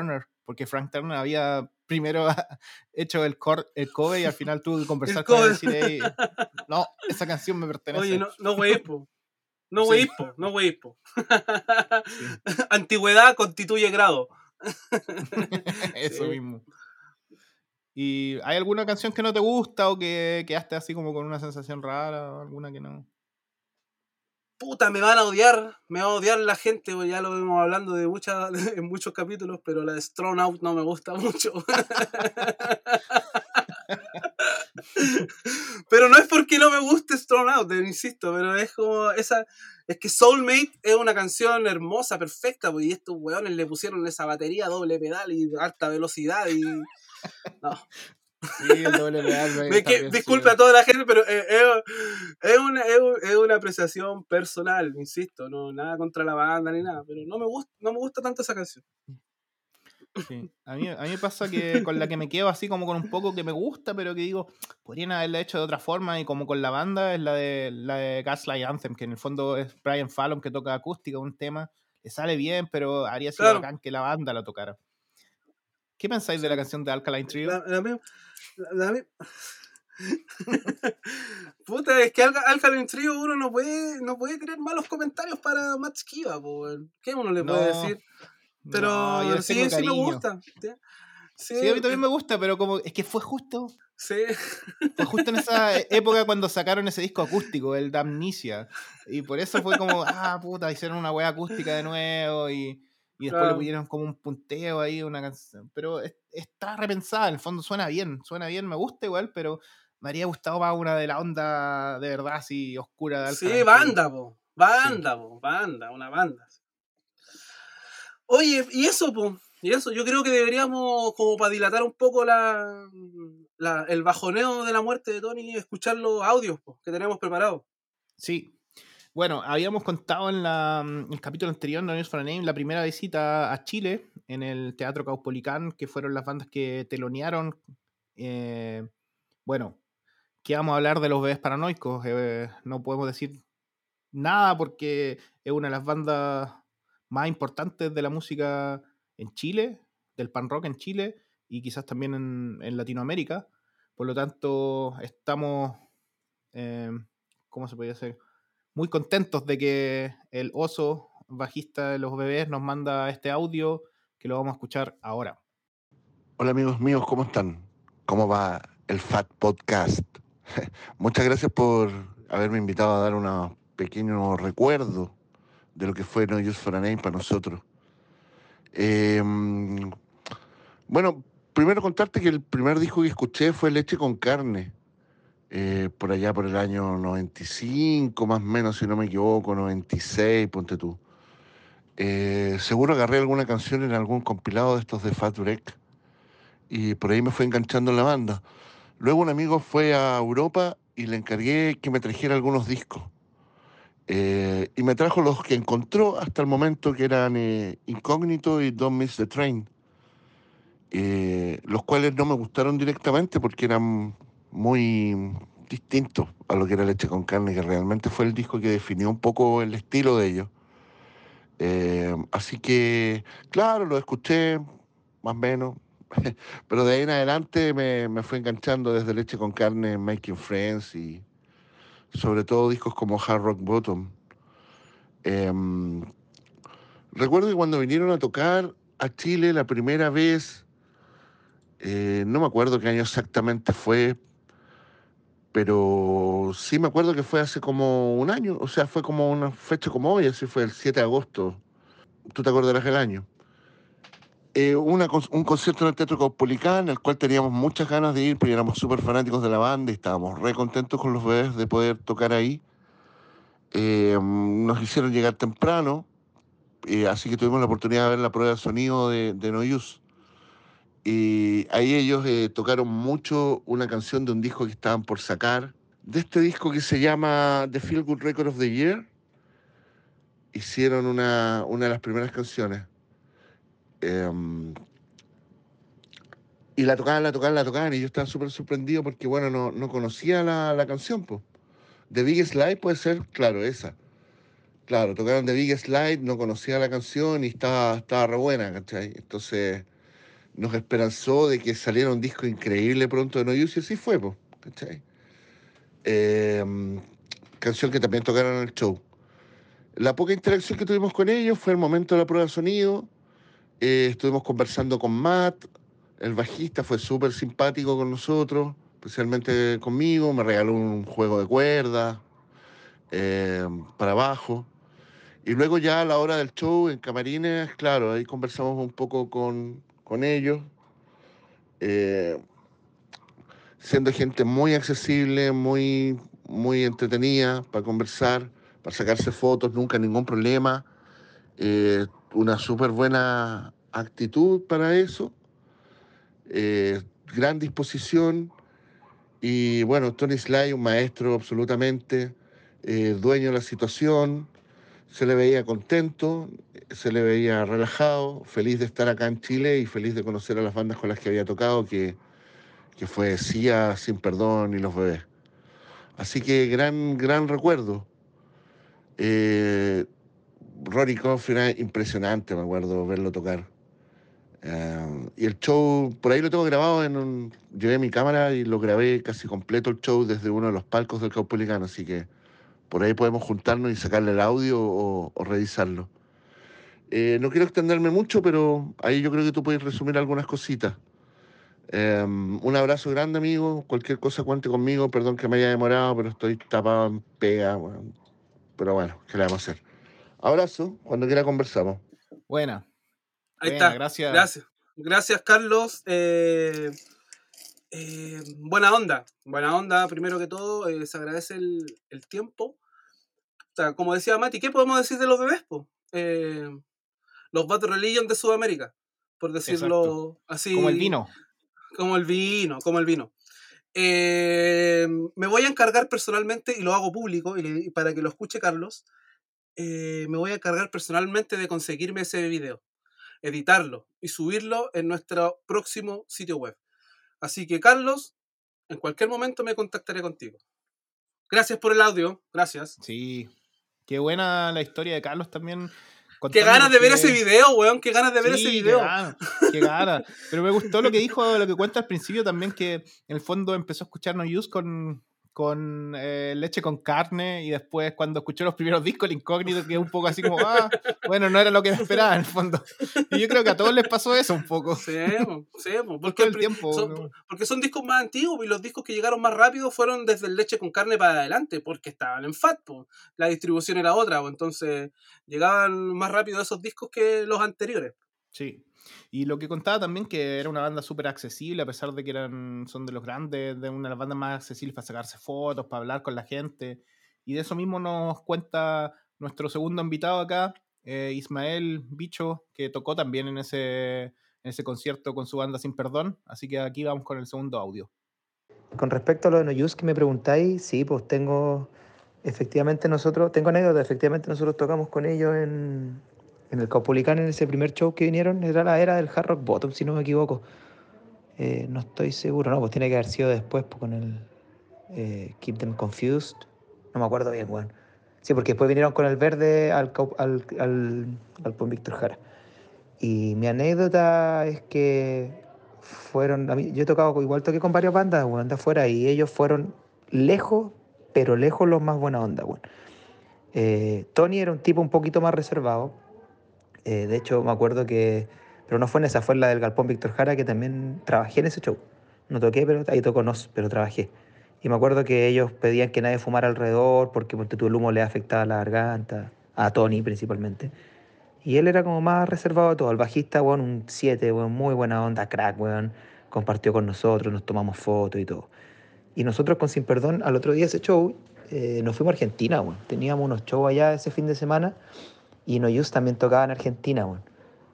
porque Frank Turner había primero hecho el, cor, el cover y al final tuvo que conversar El con él y cover. decir, hey, no, esa canción me pertenece. Oye, no, no wey, po. No Sí. wey, po. No wey, po. Sí. Antigüedad constituye grado. Eso Sí. mismo. ¿Y hay alguna canción que no te gusta o que quedaste así como con una sensación rara o alguna que no? Puta, me van a odiar, me va a odiar la gente, pues ya lo vemos hablando de muchas, en muchos capítulos, pero la de Strong Out no me gusta mucho. Pero no es porque no me guste Strong Out, insisto, pero es como esa, es que Soulmate es una canción hermosa, perfecta, pues, y estos weones le pusieron esa batería doble pedal y alta velocidad y no. Sí, el doble pedal Me que, también. disculpe Sí. a toda la gente, pero es, es, es, una, es, es una apreciación personal, insisto, no nada contra la banda ni nada, pero no me gusta, no me gusta tanto esa canción. Sí. A mí, a mí me pasa que con la que me quedo así como con un poco que me gusta, pero que digo, podrían haberla hecho de otra forma y como con la banda es la de, la de Gaslight Anthem, que en el fondo es Brian Fallon que toca acústica, un tema, le sale bien, pero habría sido Claro. bacán que la banda la tocara. ¿Qué pensáis Sí. de la canción de Alkaline Trio? La, la, la, la, la Puta, es que Al Alkaline Trio uno no puede, no puede tener malos comentarios para Matt Skiba, po. ¿Qué uno le puede No, decir? no, yo Pero les tengo sí, sí me cariño. gusta. Sí, Sí, a mí también eh, me gusta, pero como es que fue justo. sí. Fue justo en esa época cuando sacaron ese disco acústico, el Damnesia. Y por eso fue como, ah, puta, hicieron una wea acústica de nuevo y, y después le Claro. pusieron como un punteo ahí, una canción. Pero es- está repensada, en el fondo suena bien, suena bien, me gusta igual, pero me habría gustado más una de la onda de verdad así oscura de Sí, Alkaline Trio. banda, po. Banda, po. Banda, una banda. Oye, y eso, po. Y eso, yo creo que deberíamos, como para dilatar un poco la, la, el bajoneo de la muerte de Tony, escuchar los audios po, que tenemos preparados. Sí. Bueno, habíamos contado en la, mm, el capítulo anterior, No News for a Name, la primera visita a Chile en el Teatro Caupolicán, que fueron las bandas que telonearon. Eh, bueno, ¿qué vamos a hablar de los Bebés Paranoicos? Eh, no podemos decir nada porque es una de las bandas más importantes de la música en Chile, del pan rock en Chile y quizás también en, en Latinoamérica. Por lo tanto, estamos, eh, ¿cómo se podría decir? Muy contentos de que el oso bajista de los Bebés nos manda este audio que lo vamos a escuchar ahora. Hola amigos míos, ¿cómo están? ¿Cómo va el Fat Podcast? Muchas gracias por haberme invitado a dar un pequeño recuerdo de lo que fue No Use for a Name para nosotros. Eh, bueno, primero contarte que el primer disco que escuché fue Leche con Carne, eh, por allá por el año noventa y cinco, más o menos, si no me equivoco, noventa y seis, ponte tú. Eh, seguro agarré alguna canción en algún compilado de estos de Fat Wreck y por ahí me fue enganchando en la banda. Luego un amigo fue a Europa y le encargué que me trajera algunos discos. Eh, y me trajo los que encontró hasta el momento, que eran eh, Incógnito y Don't Miss the Train, eh, los cuales no me gustaron directamente porque eran muy distintos a lo que era Leche con Carne, que realmente fue el disco que definió un poco el estilo de ellos. Eh, así que, claro, lo escuché, más o menos, pero de ahí en adelante me, me fue enganchando desde Leche con Carne, Making Friends y sobre todo discos como Hard Rock Bottom. Eh, recuerdo que cuando vinieron a tocar a Chile la primera vez, eh, no me acuerdo qué año exactamente fue, pero sí me acuerdo que fue hace como un año, o sea, fue como una fecha como hoy, así fue el siete de agosto. ¿Tú te acordarás del año? Eh, una, un concierto en el Teatro Caupolicán, al cual teníamos muchas ganas de ir, porque éramos súper fanáticos de la banda y estábamos re contentos con los Bebés de poder tocar ahí. Eh, nos hicieron llegar temprano, eh, así que tuvimos la oportunidad de ver la prueba de sonido de, de No Use. Y ahí ellos eh, tocaron mucho una canción de un disco que estaban por sacar, de este disco que se llama The Feel Good Record of the Year. Hicieron una, una de las primeras canciones. Eh, Y la tocaban, la tocaban, la tocaban, y yo estaba súper sorprendido porque, bueno, no, no conocía la, la canción, pues. The Biggest Light puede ser, claro, esa. Claro, tocaron The Biggest Light, no conocía la canción y estaba, estaba re buena, ¿cachai? Entonces, nos esperanzó de que saliera un disco increíble pronto de No Use, y así fue, po, ¿cachai? Eh, canción que también tocaron en el show. La poca interacción que tuvimos con ellos fue el momento de la prueba de sonido. Eh, estuvimos conversando con Matt, el bajista, fue súper simpático con nosotros, especialmente conmigo, me regaló un juego de cuerdas eh, para bajo. Y luego ya a la hora del show, en camarines, claro, ahí conversamos un poco con, con ellos, eh, siendo gente muy accesible, muy, muy entretenida para conversar, para sacarse fotos, nunca ningún problema. Eh, una súper buena actitud para eso, eh, gran disposición. Y bueno, Tony Sly, un maestro absolutamente, eh, dueño de la situación, se le veía contento, se le veía relajado, feliz de estar acá en Chile y feliz de conocer a las bandas con las que había tocado, que, que fue Sia, Sin Perdón y Los Bebés. Así que gran, gran recuerdo. Eh, Ronnie Coffey era impresionante, me acuerdo verlo tocar. Uh, y el show, por ahí lo tengo grabado, en un, llevé mi cámara y lo grabé casi completo el show desde uno de los palcos del Caupolicano, así que por ahí podemos juntarnos y sacarle el audio o, o revisarlo. Eh, no quiero extenderme mucho, pero ahí yo creo que tú puedes resumir algunas cositas. Eh, un abrazo grande, amigo. Cualquier cosa cuente conmigo. Perdón que me haya demorado, pero estoy tapado en pega. Bueno. Pero bueno, ¿qué le vamos a hacer? Abrazo. Cuando quiera conversamos. Buena. Ahí Buena, está. gracias. Gracias. Gracias, Carlos. Eh, eh, buena onda. Buena onda, primero que todo. Eh, se agradece el, el tiempo. O sea, como decía Mati, ¿qué podemos decir de Los Bebés, po? Eh, los Bad Religion de Sudamérica, por decirlo Exacto. así. Como el vino. Como el vino, como el vino. Eh, me voy a encargar personalmente, y lo hago público, y, le, y para que lo escuche Carlos, eh, me voy a encargar personalmente de conseguirme ese video, editarlo y subirlo en nuestro próximo sitio web. Así que, Carlos, en cualquier momento me contactaré contigo. Gracias por el audio, gracias. Sí, qué buena la historia de Carlos también. Qué ganas de porque... ver ese video, weón, qué ganas de ver sí, ese video. Qué ganas, qué ganas. Pero me gustó lo que dijo, lo que cuenta al principio también, que en el fondo empezó a escuchar No Use con, con eh, Leche con Carne, y después cuando escuchó los primeros discos, el Incógnito, que es un poco así como, ah, bueno, no era lo que me esperaba en el fondo. Y yo creo que a todos les pasó eso un poco. Sí, sí, porque, todo el tiempo, son, ¿no? porque son discos más antiguos, y los discos que llegaron más rápido fueron desde el Leche con Carne para adelante, porque estaban en Fat, po. La distribución era otra, po. Entonces llegaban más rápido esos discos que los anteriores. Sí, y lo que contaba también, que era una banda súper accesible, a pesar de que eran, son de los grandes, de una de las bandas más accesibles para sacarse fotos, para hablar con la gente, y de eso mismo nos cuenta nuestro segundo invitado acá, eh, Ismael Bicho, que tocó también en ese, en ese concierto con su banda Sin Perdón, así que aquí vamos con el segundo audio. Con respecto a lo de No Use que me preguntáis, sí, pues tengo, efectivamente nosotros, tengo anécdota, efectivamente nosotros tocamos con ellos en, en el Caupolicán, en ese primer show que vinieron, era la era del Hard Rock Bottom, si no me equivoco. Eh, no estoy seguro, no, pues tiene que haber sido después, pues con el eh, Keep Them Confused, no me acuerdo bien, weón. Bueno. Sí, porque después vinieron con el verde al, al, al, al Pon Víctor Jara. Y mi anécdota es que fueron, a mí, yo he tocado, igual toqué con varias bandas, weón, de afuera, y ellos fueron lejos, pero lejos los más buena onda, weón. Eh, Tony era un tipo un poquito más reservado, eh, de hecho me acuerdo que, pero no fue en esa, fue en la del Galpón Víctor Jara, que también trabajé en ese show. No toqué, pero ahí tocó Nos, pero trabajé. Y me acuerdo que ellos pedían que nadie fumara alrededor, porque porque tu el humo le afectaba la garganta, a Tony principalmente. Y él era como más reservado de todo. El bajista, weón, un siete, weón, muy buena onda, crack, weón. Compartió con nosotros, nos tomamos fotos y todo. Y nosotros con Sin Perdón, al otro día de ese show, eh, nos fuimos a Argentina, weón. Teníamos unos shows allá ese fin de semana y No Use también tocaba en Argentina, weón.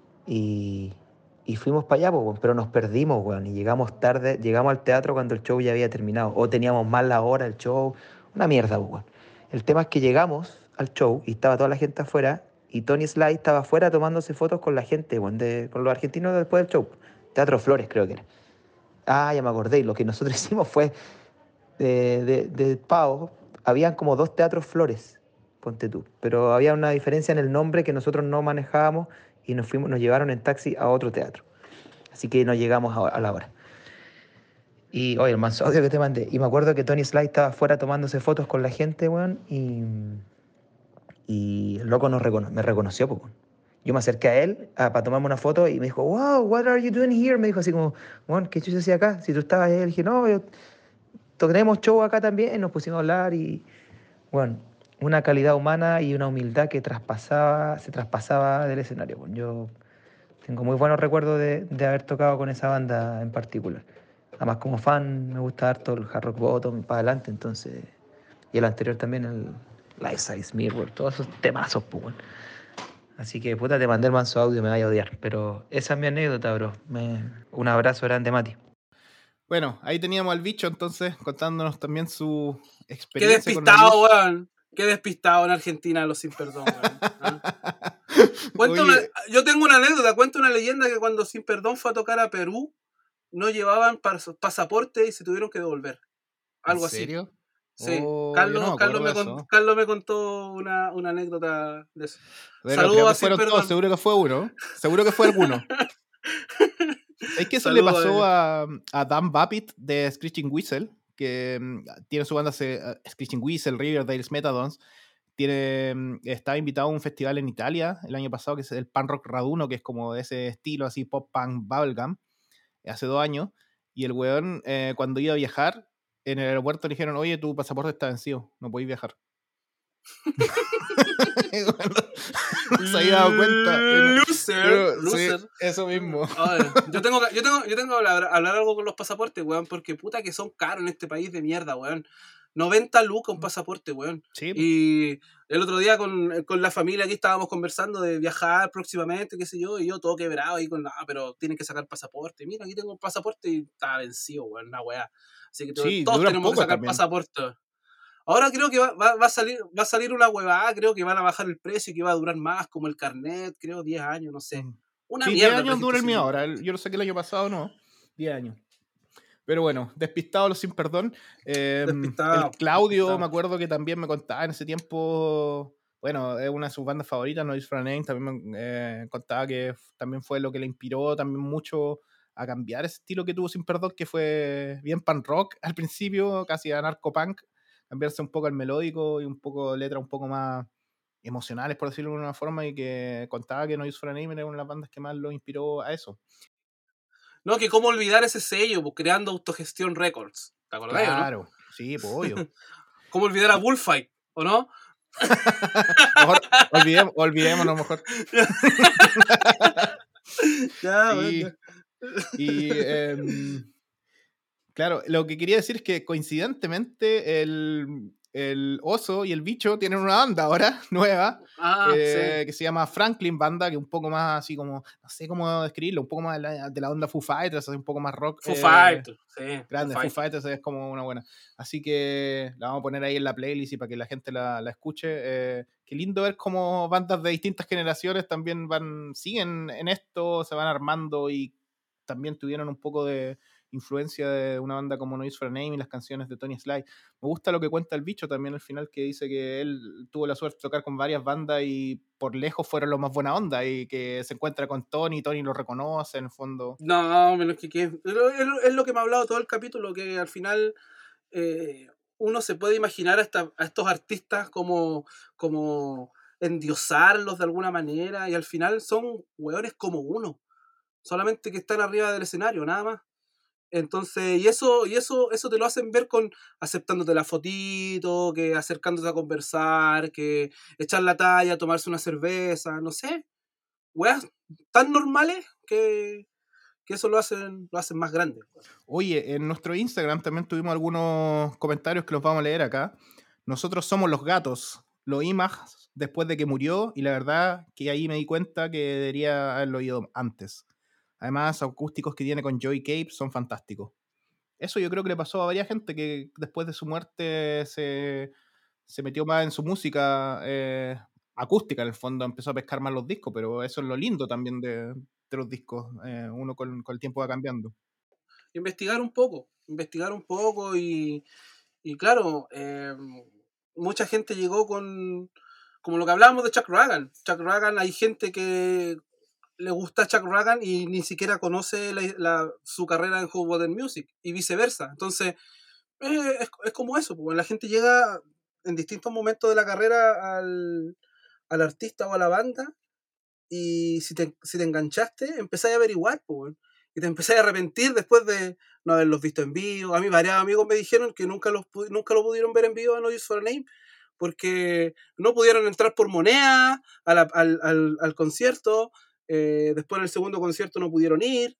Y, y fuimos para allá, weón, pero nos perdimos, weón. Y llegamos tarde, llegamos al teatro cuando el show ya había terminado. O teníamos mal la hora el show. Una mierda, weón. El tema es que llegamos al show y estaba toda la gente afuera. Y Tony Sly estaba afuera tomándose fotos con la gente, bueno, de, con los argentinos después del show. Teatro Flores, creo que era. Ah, ya me acordé. Y lo que nosotros hicimos fue, de, de, de pavo, habían como dos Teatros Flores, ponte tú. Pero había una diferencia en el nombre que nosotros no manejábamos y nos, fuimos, nos llevaron en taxi a otro teatro. Así que no llegamos a, a la hora. Y, oye, el manso audio que te mandé. Y me acuerdo que Tony Sly estaba afuera tomándose fotos con la gente, weón, y, y el loco nos recono- me reconoció, pues, weón. Yo me acerqué a él a- para tomarme una foto y me dijo, wow, what are you doing here? Me dijo así como, weón, ¿qué chucha hacía acá? Si tú estabas ahí, le dije, no, yo tenemos show acá también, nos pusimos a hablar y, bueno, una calidad humana y una humildad que traspasaba, se traspasaba del escenario. Bueno, yo tengo muy buenos recuerdos de, de haber tocado con esa banda en particular. Además, como fan, me gusta harto el Hard Rock Bottom para adelante, entonces. Y el anterior también, el Life Size Mirror, todos esos temazos, pues, bueno. Así que, puta, te mandé el manso audio, me vaya a odiar. Pero esa es mi anécdota, bro. Me... Un abrazo grande, Mati. Bueno, ahí teníamos al bicho entonces contándonos también su Qué experiencia con despistado, Noyuz. weón. Qué despistado en Argentina los sin perdón, weón. ¿Ah? Cuenta una, Oye, yo tengo una anécdota, cuento una leyenda que cuando Sin Perdón fue a tocar a Perú, no llevaban pas- pasaporte y se tuvieron que devolver. ¿en Algo así. serio? Sí. Oh, yo no Carlos, me Carlos, acuerdo de me, con- eso. Carlos me contó una, una anécdota de eso. Pero creo Saludos que a Sin fueron todos, Perdón. seguro que fue uno. Seguro que fue alguno. ¿Sabes que eso le Saludos pasó a... a, a Dan Babbitt de Screeching Whistle? Que mm, tiene su banda se, uh, Screeching Whistle, Riverdale's Metadons. Tiene, mm, estaba invitado a un festival en Italia el año pasado, que es el Pan Rock Raduno, que es como de ese estilo así pop punk bubblegum, hace dos años. Y el weón, eh, cuando iba a viajar, en el aeropuerto le dijeron, oye, tu pasaporte está vencido, no podéis viajar. No se había dado cuenta. Pero, Loser, pero loser. sí, eso mismo. Oye, yo tengo que, yo tengo, yo tengo que hablar, hablar algo con los pasaportes, weón, porque puta que son caros en este país de mierda, weón. noventa lucas un pasaporte, weón. Sí, Y el otro día con, con la familia aquí estábamos conversando de viajar próximamente, qué sé yo, y yo todo quebrado ahí con, ah, pero tienen que sacar pasaporte. Mira, aquí tengo un pasaporte y está vencido, weón, una weá. Así que sí, todos duran tenemos que poco sacar también. pasaporte. Ahora creo que va, va, va a salir va a salir una huevada, creo que van a bajar el precio y que va a durar más, como el carnet, creo, diez años, no sé. Una Sí, diez mierda el años registro dura el mío civil. ahora. El- Yo lo saqué el año pasado, no. diez años. Pero bueno, despistado los sin perdón. Eh, Despistado, el Claudio, despistado. me acuerdo que también me contaba en ese tiempo. Bueno, es una de sus bandas favoritas, Noise for a Name. También me eh, contaba que f- también fue lo que le inspiró también mucho a cambiar ese estilo que tuvo Sin Perdón, que fue bien pan rock al principio, casi anarco-punk. Cambiarse un poco al melódico y un poco letras un poco más emocionales, por decirlo de alguna forma, y que contaba que Noise for a Name era una de las bandas que más lo inspiró a eso. No, que cómo olvidar ese sello, pues, creando Autogestión Records. ¿Te acordás, o no? Claro, sí, pues obvio. ¿Cómo olvidar a Bullfight, o no? Mejor olvidemos, olvidémonos mejor. Ya, bueno, Sí. ya. Y em, claro, lo que quería decir es que coincidentemente el, el oso y el bicho tienen una banda ahora nueva Ah, eh, sí. que se llama Franklin Banda, que es un poco más así como, no sé cómo describirlo, un poco más de la, de la onda Foo Fighters, así un poco más rock. Foo eh, Fighters, sí. Grande, Foo Foo Fighters. Fighters es como una buena. Así que la vamos a poner ahí en la playlist y para que la gente la, la escuche. Eh, qué lindo ver cómo bandas de distintas generaciones también van, siguen en esto, se van armando y también tuvieron un poco de influencia de una banda como Noise for a Name y las canciones de Tony Sly. Me gusta lo que cuenta el bicho también al final, que dice que él tuvo la suerte de tocar con varias bandas y por lejos fueron los más buena onda y que se encuentra con Tony, Tony lo reconoce en el fondo. No, menos que, que es, es lo que me ha hablado todo el capítulo, que al final eh, uno se puede imaginar a, esta, a estos artistas como, como endiosarlos de alguna manera y al final son hueones como uno, solamente que están arriba del escenario, nada más. Entonces, y eso, y eso, eso te lo hacen ver con aceptándote la fotito, que acercándose a conversar, que echar la talla, tomarse una cerveza, no sé, weas tan normales que, que eso lo hacen, lo hacen más grande. Oye, en nuestro Instagram también tuvimos algunos comentarios que los vamos a leer acá. Nosotros somos los gatos, lo oí más después de que murió y la verdad que ahí me di cuenta que debería haberlo oído antes. Además, los acústicos que tiene con Joey Cape son fantásticos. Eso yo creo que le pasó a varias gente que después de su muerte se, se metió más en su música eh, acústica, en el fondo, empezó a pescar más los discos, pero eso es lo lindo también de, de los discos. Eh, uno con, con el tiempo va cambiando. Investigar un poco, investigar un poco y, y claro, eh, mucha gente llegó con, como lo que hablábamos de Chuck Ragan. Chuck Ragan, hay gente que le gusta Chuck Ragan y ni siquiera conoce la, la, su carrera en Who Modern Music y viceversa. Entonces, eh, es, es como eso, pues la gente llega en distintos momentos de la carrera al, al artista o a la banda y si te, si te enganchaste, empezás a averiguar, pues, y te empezás a arrepentir después de no haberlos visto en vivo. A mí varios amigos me dijeron que nunca, los, nunca lo pudieron ver en vivo a No Use For A Name porque no pudieron entrar por moneda a la, al, al, al concierto, eh, después en el segundo concierto no pudieron ir,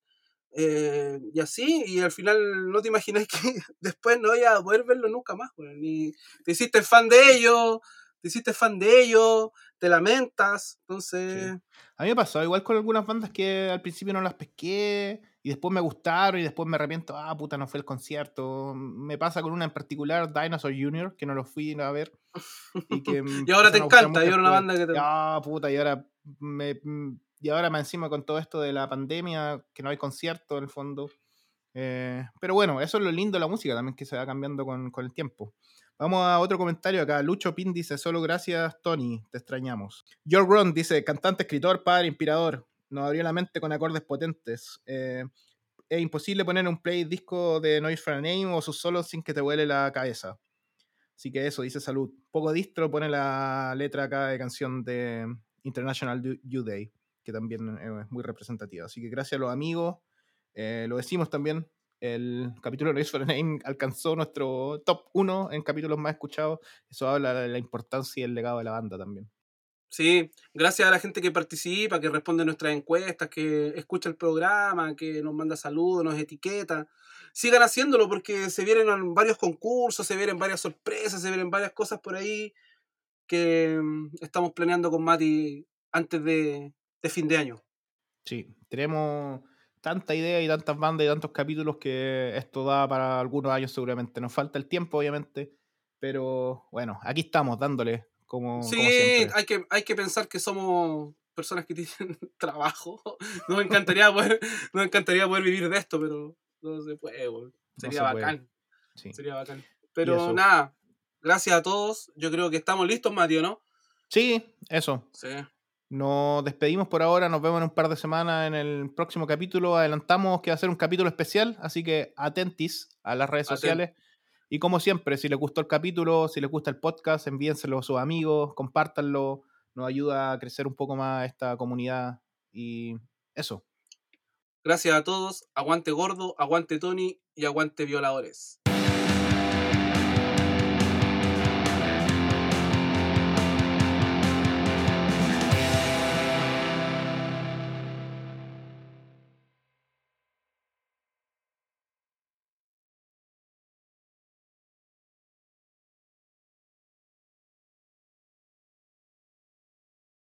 eh, y así, y al final no te imaginas que después no vayas a poder verlo nunca más, pues, ni te hiciste fan de ellos, te hiciste fan de ellos, te lamentas, entonces... Sí. A mí me pasó igual con algunas bandas que al principio no las pesqué y después me gustaron y después me arrepiento, ah, puta, no fue el concierto. Me pasa con una en particular, Dinosaur junior, que no lo fui a ver. Y, que y ahora te encanta, y ahora una banda que te... Ah, puta, y ahora me... Y ahora más encima con todo esto de la pandemia, que no hay concierto en el fondo. Eh, pero bueno, eso es lo lindo de la música también, que se va cambiando con, con el tiempo. Vamos a otro comentario acá. Lucho Pin dice, solo gracias, Tony, te extrañamos. George Ron dice, cantante, escritor, padre, inspirador. Nos abrió la mente con acordes potentes. Eh, es imposible poner un play disco de Noise for a Name o sus solos sin que te vuele la cabeza. Así que eso, dice Salud. Poco distro pone la letra acá de canción de International Youth Day, que también es muy representativa. Así que gracias a los amigos. Eh, lo decimos también, el capítulo de Noise for a Name alcanzó nuestro top uno en capítulos más escuchados. Eso habla de la importancia y el legado de la banda también. Sí, gracias a la gente que participa, que responde nuestras encuestas, que escucha el programa, que nos manda saludos, nos etiqueta. Sigan haciéndolo porque se vienen varios concursos, se vienen varias sorpresas, se vienen varias cosas por ahí que estamos planeando con Mati antes de, de fin de año. Sí, tenemos tanta idea y tantas bandas y tantos capítulos que esto da para algunos años seguramente. Nos falta el tiempo, obviamente, pero bueno, aquí estamos dándole como, sí, como siempre. Hay que, hay que pensar que somos personas que tienen trabajo. Nos encantaría poder, nos encantaría poder vivir de esto, pero no se puede. Sería no se bacán. puede. Sí. Sería bacán. Pero nada, gracias a todos. Yo creo que estamos listos, Mateo, ¿no? Sí, eso. Sí. Nos despedimos por ahora, nos vemos en un par de semanas en el próximo capítulo. Adelantamos que va a ser un capítulo especial, así que atentis a las redes Atent- sociales. Y como siempre, si les gustó el capítulo, si les gusta el podcast, envíenselo a sus amigos, compártanlo, nos ayuda a crecer un poco más esta comunidad. Y eso. Gracias a todos, aguante Gordo, aguante Tony y aguante Violadores.